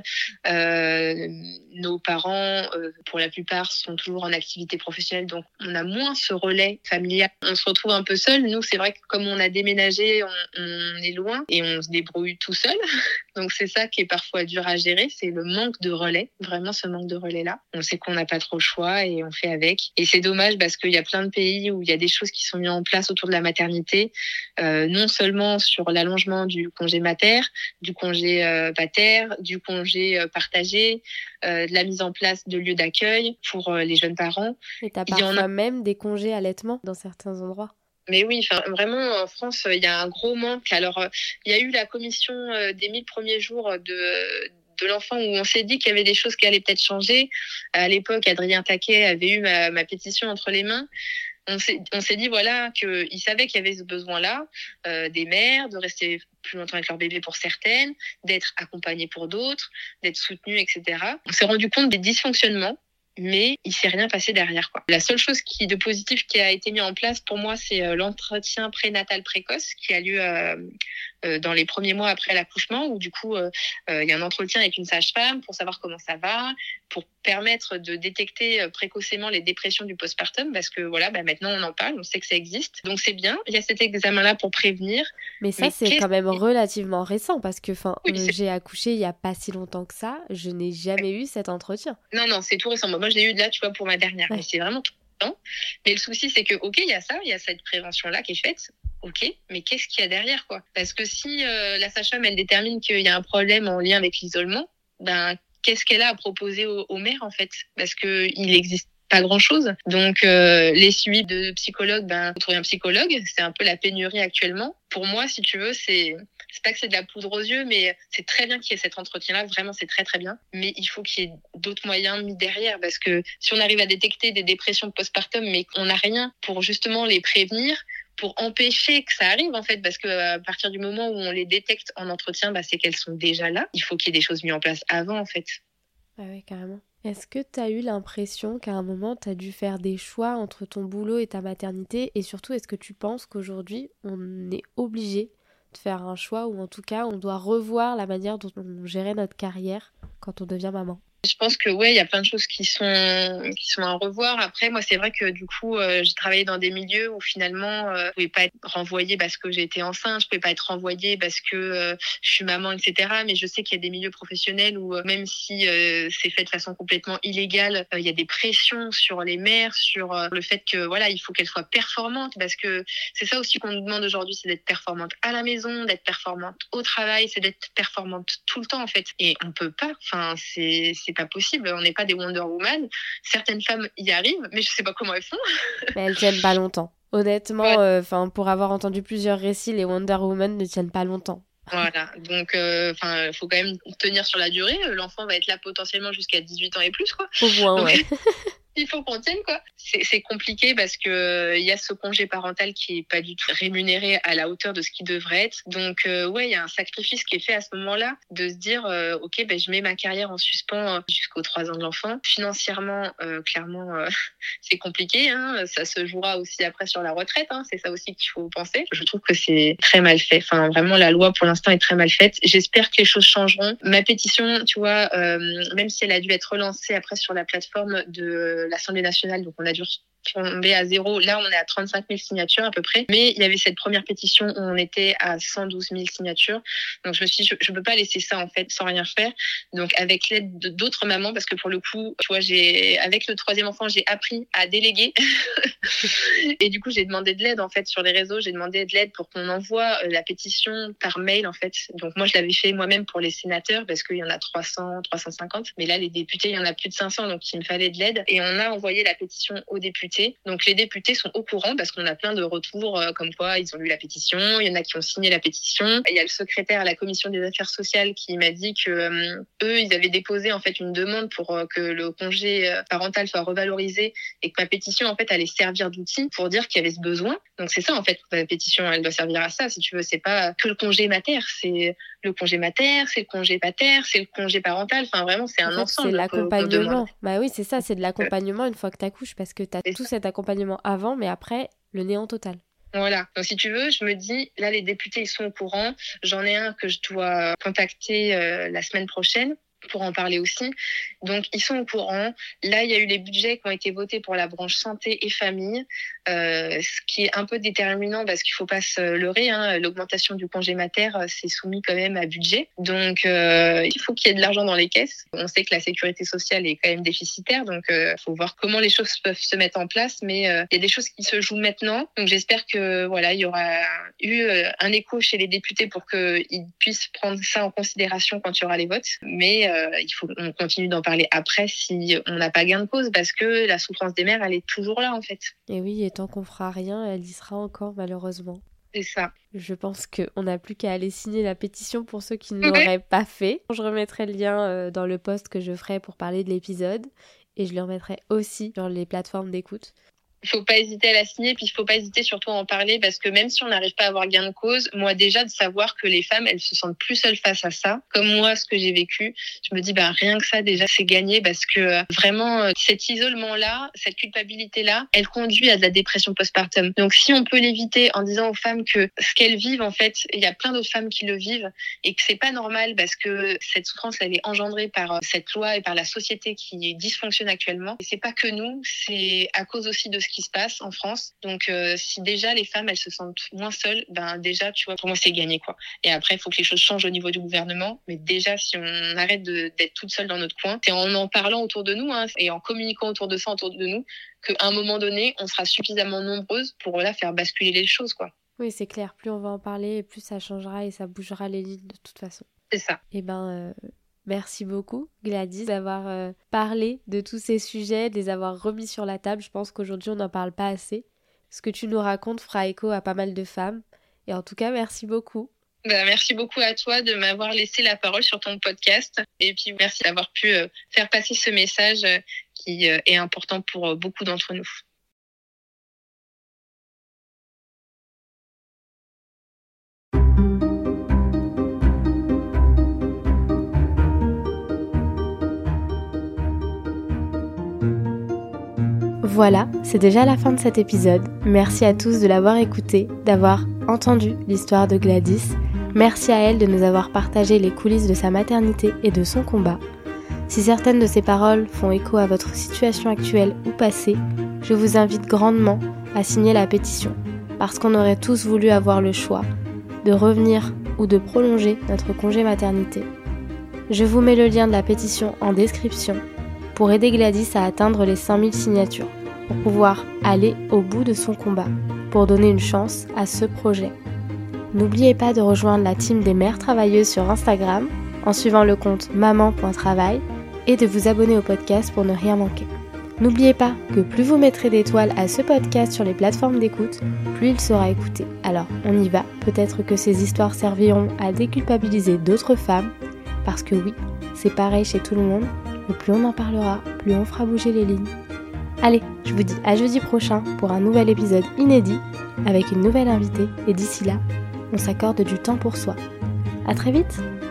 Nos parents, pour la plupart, sont toujours en activité professionnelle, donc on a moins ce relais familial. On se retrouve un peu seul. Nous, c'est vrai que comme on a déménagé, on est loin et on se débrouille tout seul. Donc c'est ça qui est parfois dur à gérer, c'est le manque de relais, vraiment ce manque de relais-là. On sait qu'on n'a pas trop le choix et on fait avec. Et c'est dommage parce qu'il y a plein de pays où il y a des choses qui sont mises en place autour de la maternité, non seulement sur l'allongement du congé mater, du congé pater, du congé partagé, de la mise en place de lieux d'accueil pour les jeunes parents. Et t'as parfois même des congés allaitement dans certains endroits. Mais oui, vraiment, en France, il y a un gros manque. Alors, il y a eu la commission des 1000 premiers jours de l'enfant où on s'est dit qu'il y avait des choses qui allaient peut-être changer. À l'époque, Adrien Taquet avait eu ma pétition entre les mains. On s'est dit, voilà, qu'il savait qu'il y avait ce besoin-là, des mères, de rester plus longtemps avec leur bébé pour certaines, d'être accompagnées pour d'autres, d'être soutenues, etc. On s'est rendu compte des dysfonctionnements, mais il s'est rien passé derrière, quoi. La seule chose de positif qui a été mis en place pour moi, c'est l'entretien prénatal précoce qui a lieu dans les premiers mois après l'accouchement, où du coup il y a un entretien avec une sage-femme pour savoir comment ça va, pour permettre de détecter précocement les dépressions du postpartum, parce que voilà, maintenant on en parle, on sait que ça existe, donc c'est bien. Il y a cet examen-là pour prévenir. Mais ça, c'est quand même relativement récent, parce que oui, j'ai accouché il y a pas si longtemps que ça, je n'ai jamais eu cet entretien. Non, c'est tout récent. Moi, je l'ai eu là, tu vois, pour ma dernière, mais c'est vraiment tout récent. Mais le souci, c'est que, ok, il y a cette prévention-là qui est faite. Ok, mais qu'est-ce qu'il y a derrière, quoi? Parce que si la sage-femme, elle détermine qu'il y a un problème en lien avec l'isolement, qu'est-ce qu'elle a à proposer aux mères, en fait? Parce que il existe pas grand-chose. Donc, les suivis de psychologues, trouver un psychologue, c'est un peu la pénurie actuellement. Pour moi, si tu veux, c'est pas que c'est de la poudre aux yeux, mais c'est très bien qu'il y ait cet entretien-là. Vraiment, c'est très, très bien. Mais il faut qu'il y ait d'autres moyens mis derrière, parce que si on arrive à détecter des dépressions postpartum, mais qu'on n'a rien pour justement les prévenir, pour empêcher que ça arrive, en fait, parce que à partir du moment où on les détecte en entretien, c'est qu'elles sont déjà là. Il faut qu'il y ait des choses mises en place avant, en fait. Ah ouais, carrément. Est-ce que tu as eu l'impression qu'à un moment, tu as dû faire des choix entre ton boulot et ta maternité? Et surtout, est-ce que tu penses qu'aujourd'hui, on est obligé de faire un choix, ou en tout cas, on doit revoir la manière dont on gérait notre carrière quand on devient maman? Je pense que il y a plein de choses qui sont à revoir. Après, moi, c'est vrai que du coup, j'ai travaillé dans des milieux où finalement, je pouvais pas être renvoyée parce que j'étais enceinte, je pouvais pas être renvoyée parce que je suis maman, etc. Mais je sais qu'il y a des milieux professionnels où même si c'est fait de façon complètement illégale, il y a des pressions sur les mères, sur le fait que voilà, il faut qu'elles soient performantes, parce que c'est ça aussi qu'on nous demande aujourd'hui, c'est d'être performante à la maison, d'être performante au travail, c'est d'être performante tout le temps, en fait. Et on peut pas. Enfin, c'est pas possible, on n'est pas des Wonder Woman. Certaines femmes y arrivent, mais je sais pas comment elles font. Mais elles tiennent pas longtemps. Honnêtement, ouais. Pour avoir entendu plusieurs récits, les Wonder Woman ne tiennent pas longtemps. Voilà, donc faut quand même tenir sur la durée. L'enfant va être là potentiellement jusqu'à 18 ans et plus, quoi. Au moins, donc, ouais. il faut qu'on tienne, quoi. C'est compliqué parce que il y a ce congé parental qui est pas du tout rémunéré à la hauteur de ce qui devrait être. Donc, ouais, il y a un sacrifice qui est fait à ce moment-là de se dire, ok, je mets ma carrière en suspens jusqu'aux 3 ans de l'enfant. Financièrement, clairement, c'est compliqué, hein. Ça se jouera aussi après sur la retraite, hein. C'est ça aussi qu'il faut penser. Je trouve que c'est très mal fait. Enfin, vraiment, la loi pour l'instant est très mal faite. J'espère que les choses changeront. Ma pétition, tu vois, même si elle a dû être relancée après sur la plateforme de l'Assemblée nationale, donc on a dû tomber à 0. Là, on est à 35 000 signatures à peu près. Mais il y avait cette première pétition où on était à 112 000 signatures. Donc, je me suis dit, je peux pas laisser ça, en fait, sans rien faire. Donc, avec l'aide d'autres mamans, parce que pour le coup, tu vois, avec le 3e enfant, j'ai appris à déléguer. Et du coup, j'ai demandé de l'aide, en fait, sur les réseaux. J'ai demandé de l'aide pour qu'on envoie la pétition par mail, en fait. Donc, moi, je l'avais fait moi-même pour les sénateurs parce qu'il y en a 300, 350. Mais là, les députés, il y en a plus de 500. Donc, il me fallait de l'aide. Et on a envoyé la pétition aux députés. Donc les députés sont au courant parce qu'on a plein de retours comme quoi ils ont lu la pétition, il y en a qui ont signé la pétition. Il y a le secrétaire à la commission des affaires sociales qui m'a dit que eux, ils avaient déposé en fait une demande pour que le congé parental soit revalorisé et que ma pétition en fait allait servir d'outil pour dire qu'il y avait ce besoin. Donc c'est ça en fait, ma pétition, elle doit servir à ça si tu veux, c'est pas que le congé mater, c'est le congé mater, c'est le congé pater, c'est le congé parental, enfin vraiment c'est un ensemble. C'est l'accompagnement. Bah oui, c'est ça, c'est de l'accompagnement une fois que t'accouches parce que t'as tout cet accompagnement avant, mais après, le néant total. Voilà. Donc, si tu veux, je me dis, là, les députés, ils sont au courant. J'en ai un que je dois contacter la semaine prochaine pour en parler aussi. Donc, ils sont au courant. Là, il y a eu les budgets qui ont été votés pour la branche santé et famille, ce qui est un peu déterminant parce qu'il faut pas se leurrer, hein. L'augmentation du congé mater, c'est soumis quand même à budget. Donc, il faut qu'il y ait de l'argent dans les caisses. On sait que la sécurité sociale est quand même déficitaire, donc faut voir comment les choses peuvent se mettre en place. Mais il y a des choses qui se jouent maintenant. Donc, j'espère que voilà, il y aura eu un écho chez les députés pour qu'ils puissent prendre ça en considération quand il y aura les votes. Mais il faut qu'on continue d'en parler après si on n'a pas gain de cause parce que la souffrance des mères, elle est toujours là en fait. Et oui, et tant qu'on fera rien, elle y sera encore malheureusement. C'est ça. Je pense qu'on n'a plus qu'à aller signer la pétition pour ceux qui ne l'auraient pas fait. Je remettrai le lien dans le post que je ferai pour parler de l'épisode et je le remettrai aussi sur les plateformes d'écoute. Il faut pas hésiter à la signer, puis il faut pas hésiter surtout à en parler parce que même si on n'arrive pas à avoir gain de cause, moi déjà de savoir que les femmes, elles se sentent plus seules face à ça, comme moi ce que j'ai vécu, je me dis rien que ça déjà c'est gagné parce que vraiment cet isolement-là, cette culpabilité-là, elle conduit à de la dépression postpartum. Donc si on peut l'éviter en disant aux femmes que ce qu'elles vivent en fait, il y a plein d'autres femmes qui le vivent et que c'est pas normal parce que cette souffrance elle est engendrée par cette loi et par la société qui dysfonctionne actuellement. Et c'est pas que nous, c'est à cause aussi de ce qui se passe en France. Donc si déjà les femmes elles se sentent moins seules, déjà tu vois pour moi c'est gagné quoi. Et après il faut que les choses changent au niveau du gouvernement, mais déjà si on arrête d'être toute seule dans notre coin, c'est en parlant autour de nous et en communiquant autour de ça autour de nous qu'à un moment donné on sera suffisamment nombreuses pour faire basculer les choses quoi. Oui c'est clair, plus on va en parler, plus ça changera et ça bougera les lignes de toute façon. C'est ça. Et merci beaucoup Gladys d'avoir parlé de tous ces sujets, de les avoir remis sur la table. Je pense qu'aujourd'hui on n'en parle pas assez. Ce que tu nous racontes fera écho à pas mal de femmes. Et en tout cas, merci beaucoup. Merci beaucoup à toi de m'avoir laissé la parole sur ton podcast. Et puis merci d'avoir pu faire passer ce message qui est important pour beaucoup d'entre nous. Voilà, c'est déjà la fin de cet épisode. Merci à tous de l'avoir écouté, d'avoir entendu l'histoire de Gladys. Merci à elle de nous avoir partagé les coulisses de sa maternité et de son combat. Si certaines de ces paroles font écho à votre situation actuelle ou passée, je vous invite grandement à signer la pétition, parce qu'on aurait tous voulu avoir le choix de revenir ou de prolonger notre congé maternité. Je vous mets le lien de la pétition en description pour aider Gladys à atteindre les 5000 signatures, pour pouvoir aller au bout de son combat, pour donner une chance à ce projet. N'oubliez pas de rejoindre la team des mères travailleuses sur Instagram en suivant le compte maman.travail et de vous abonner au podcast pour ne rien manquer. N'oubliez pas que plus vous mettrez d'étoiles à ce podcast sur les plateformes d'écoute, plus il sera écouté. Alors on y va, peut-être que ces histoires serviront à déculpabiliser d'autres femmes, parce que oui, c'est pareil chez tout le monde, et plus on en parlera, plus on fera bouger les lignes. Allez, je vous dis à jeudi prochain pour un nouvel épisode inédit avec une nouvelle invitée et d'ici là, on s'accorde du temps pour soi. À très vite!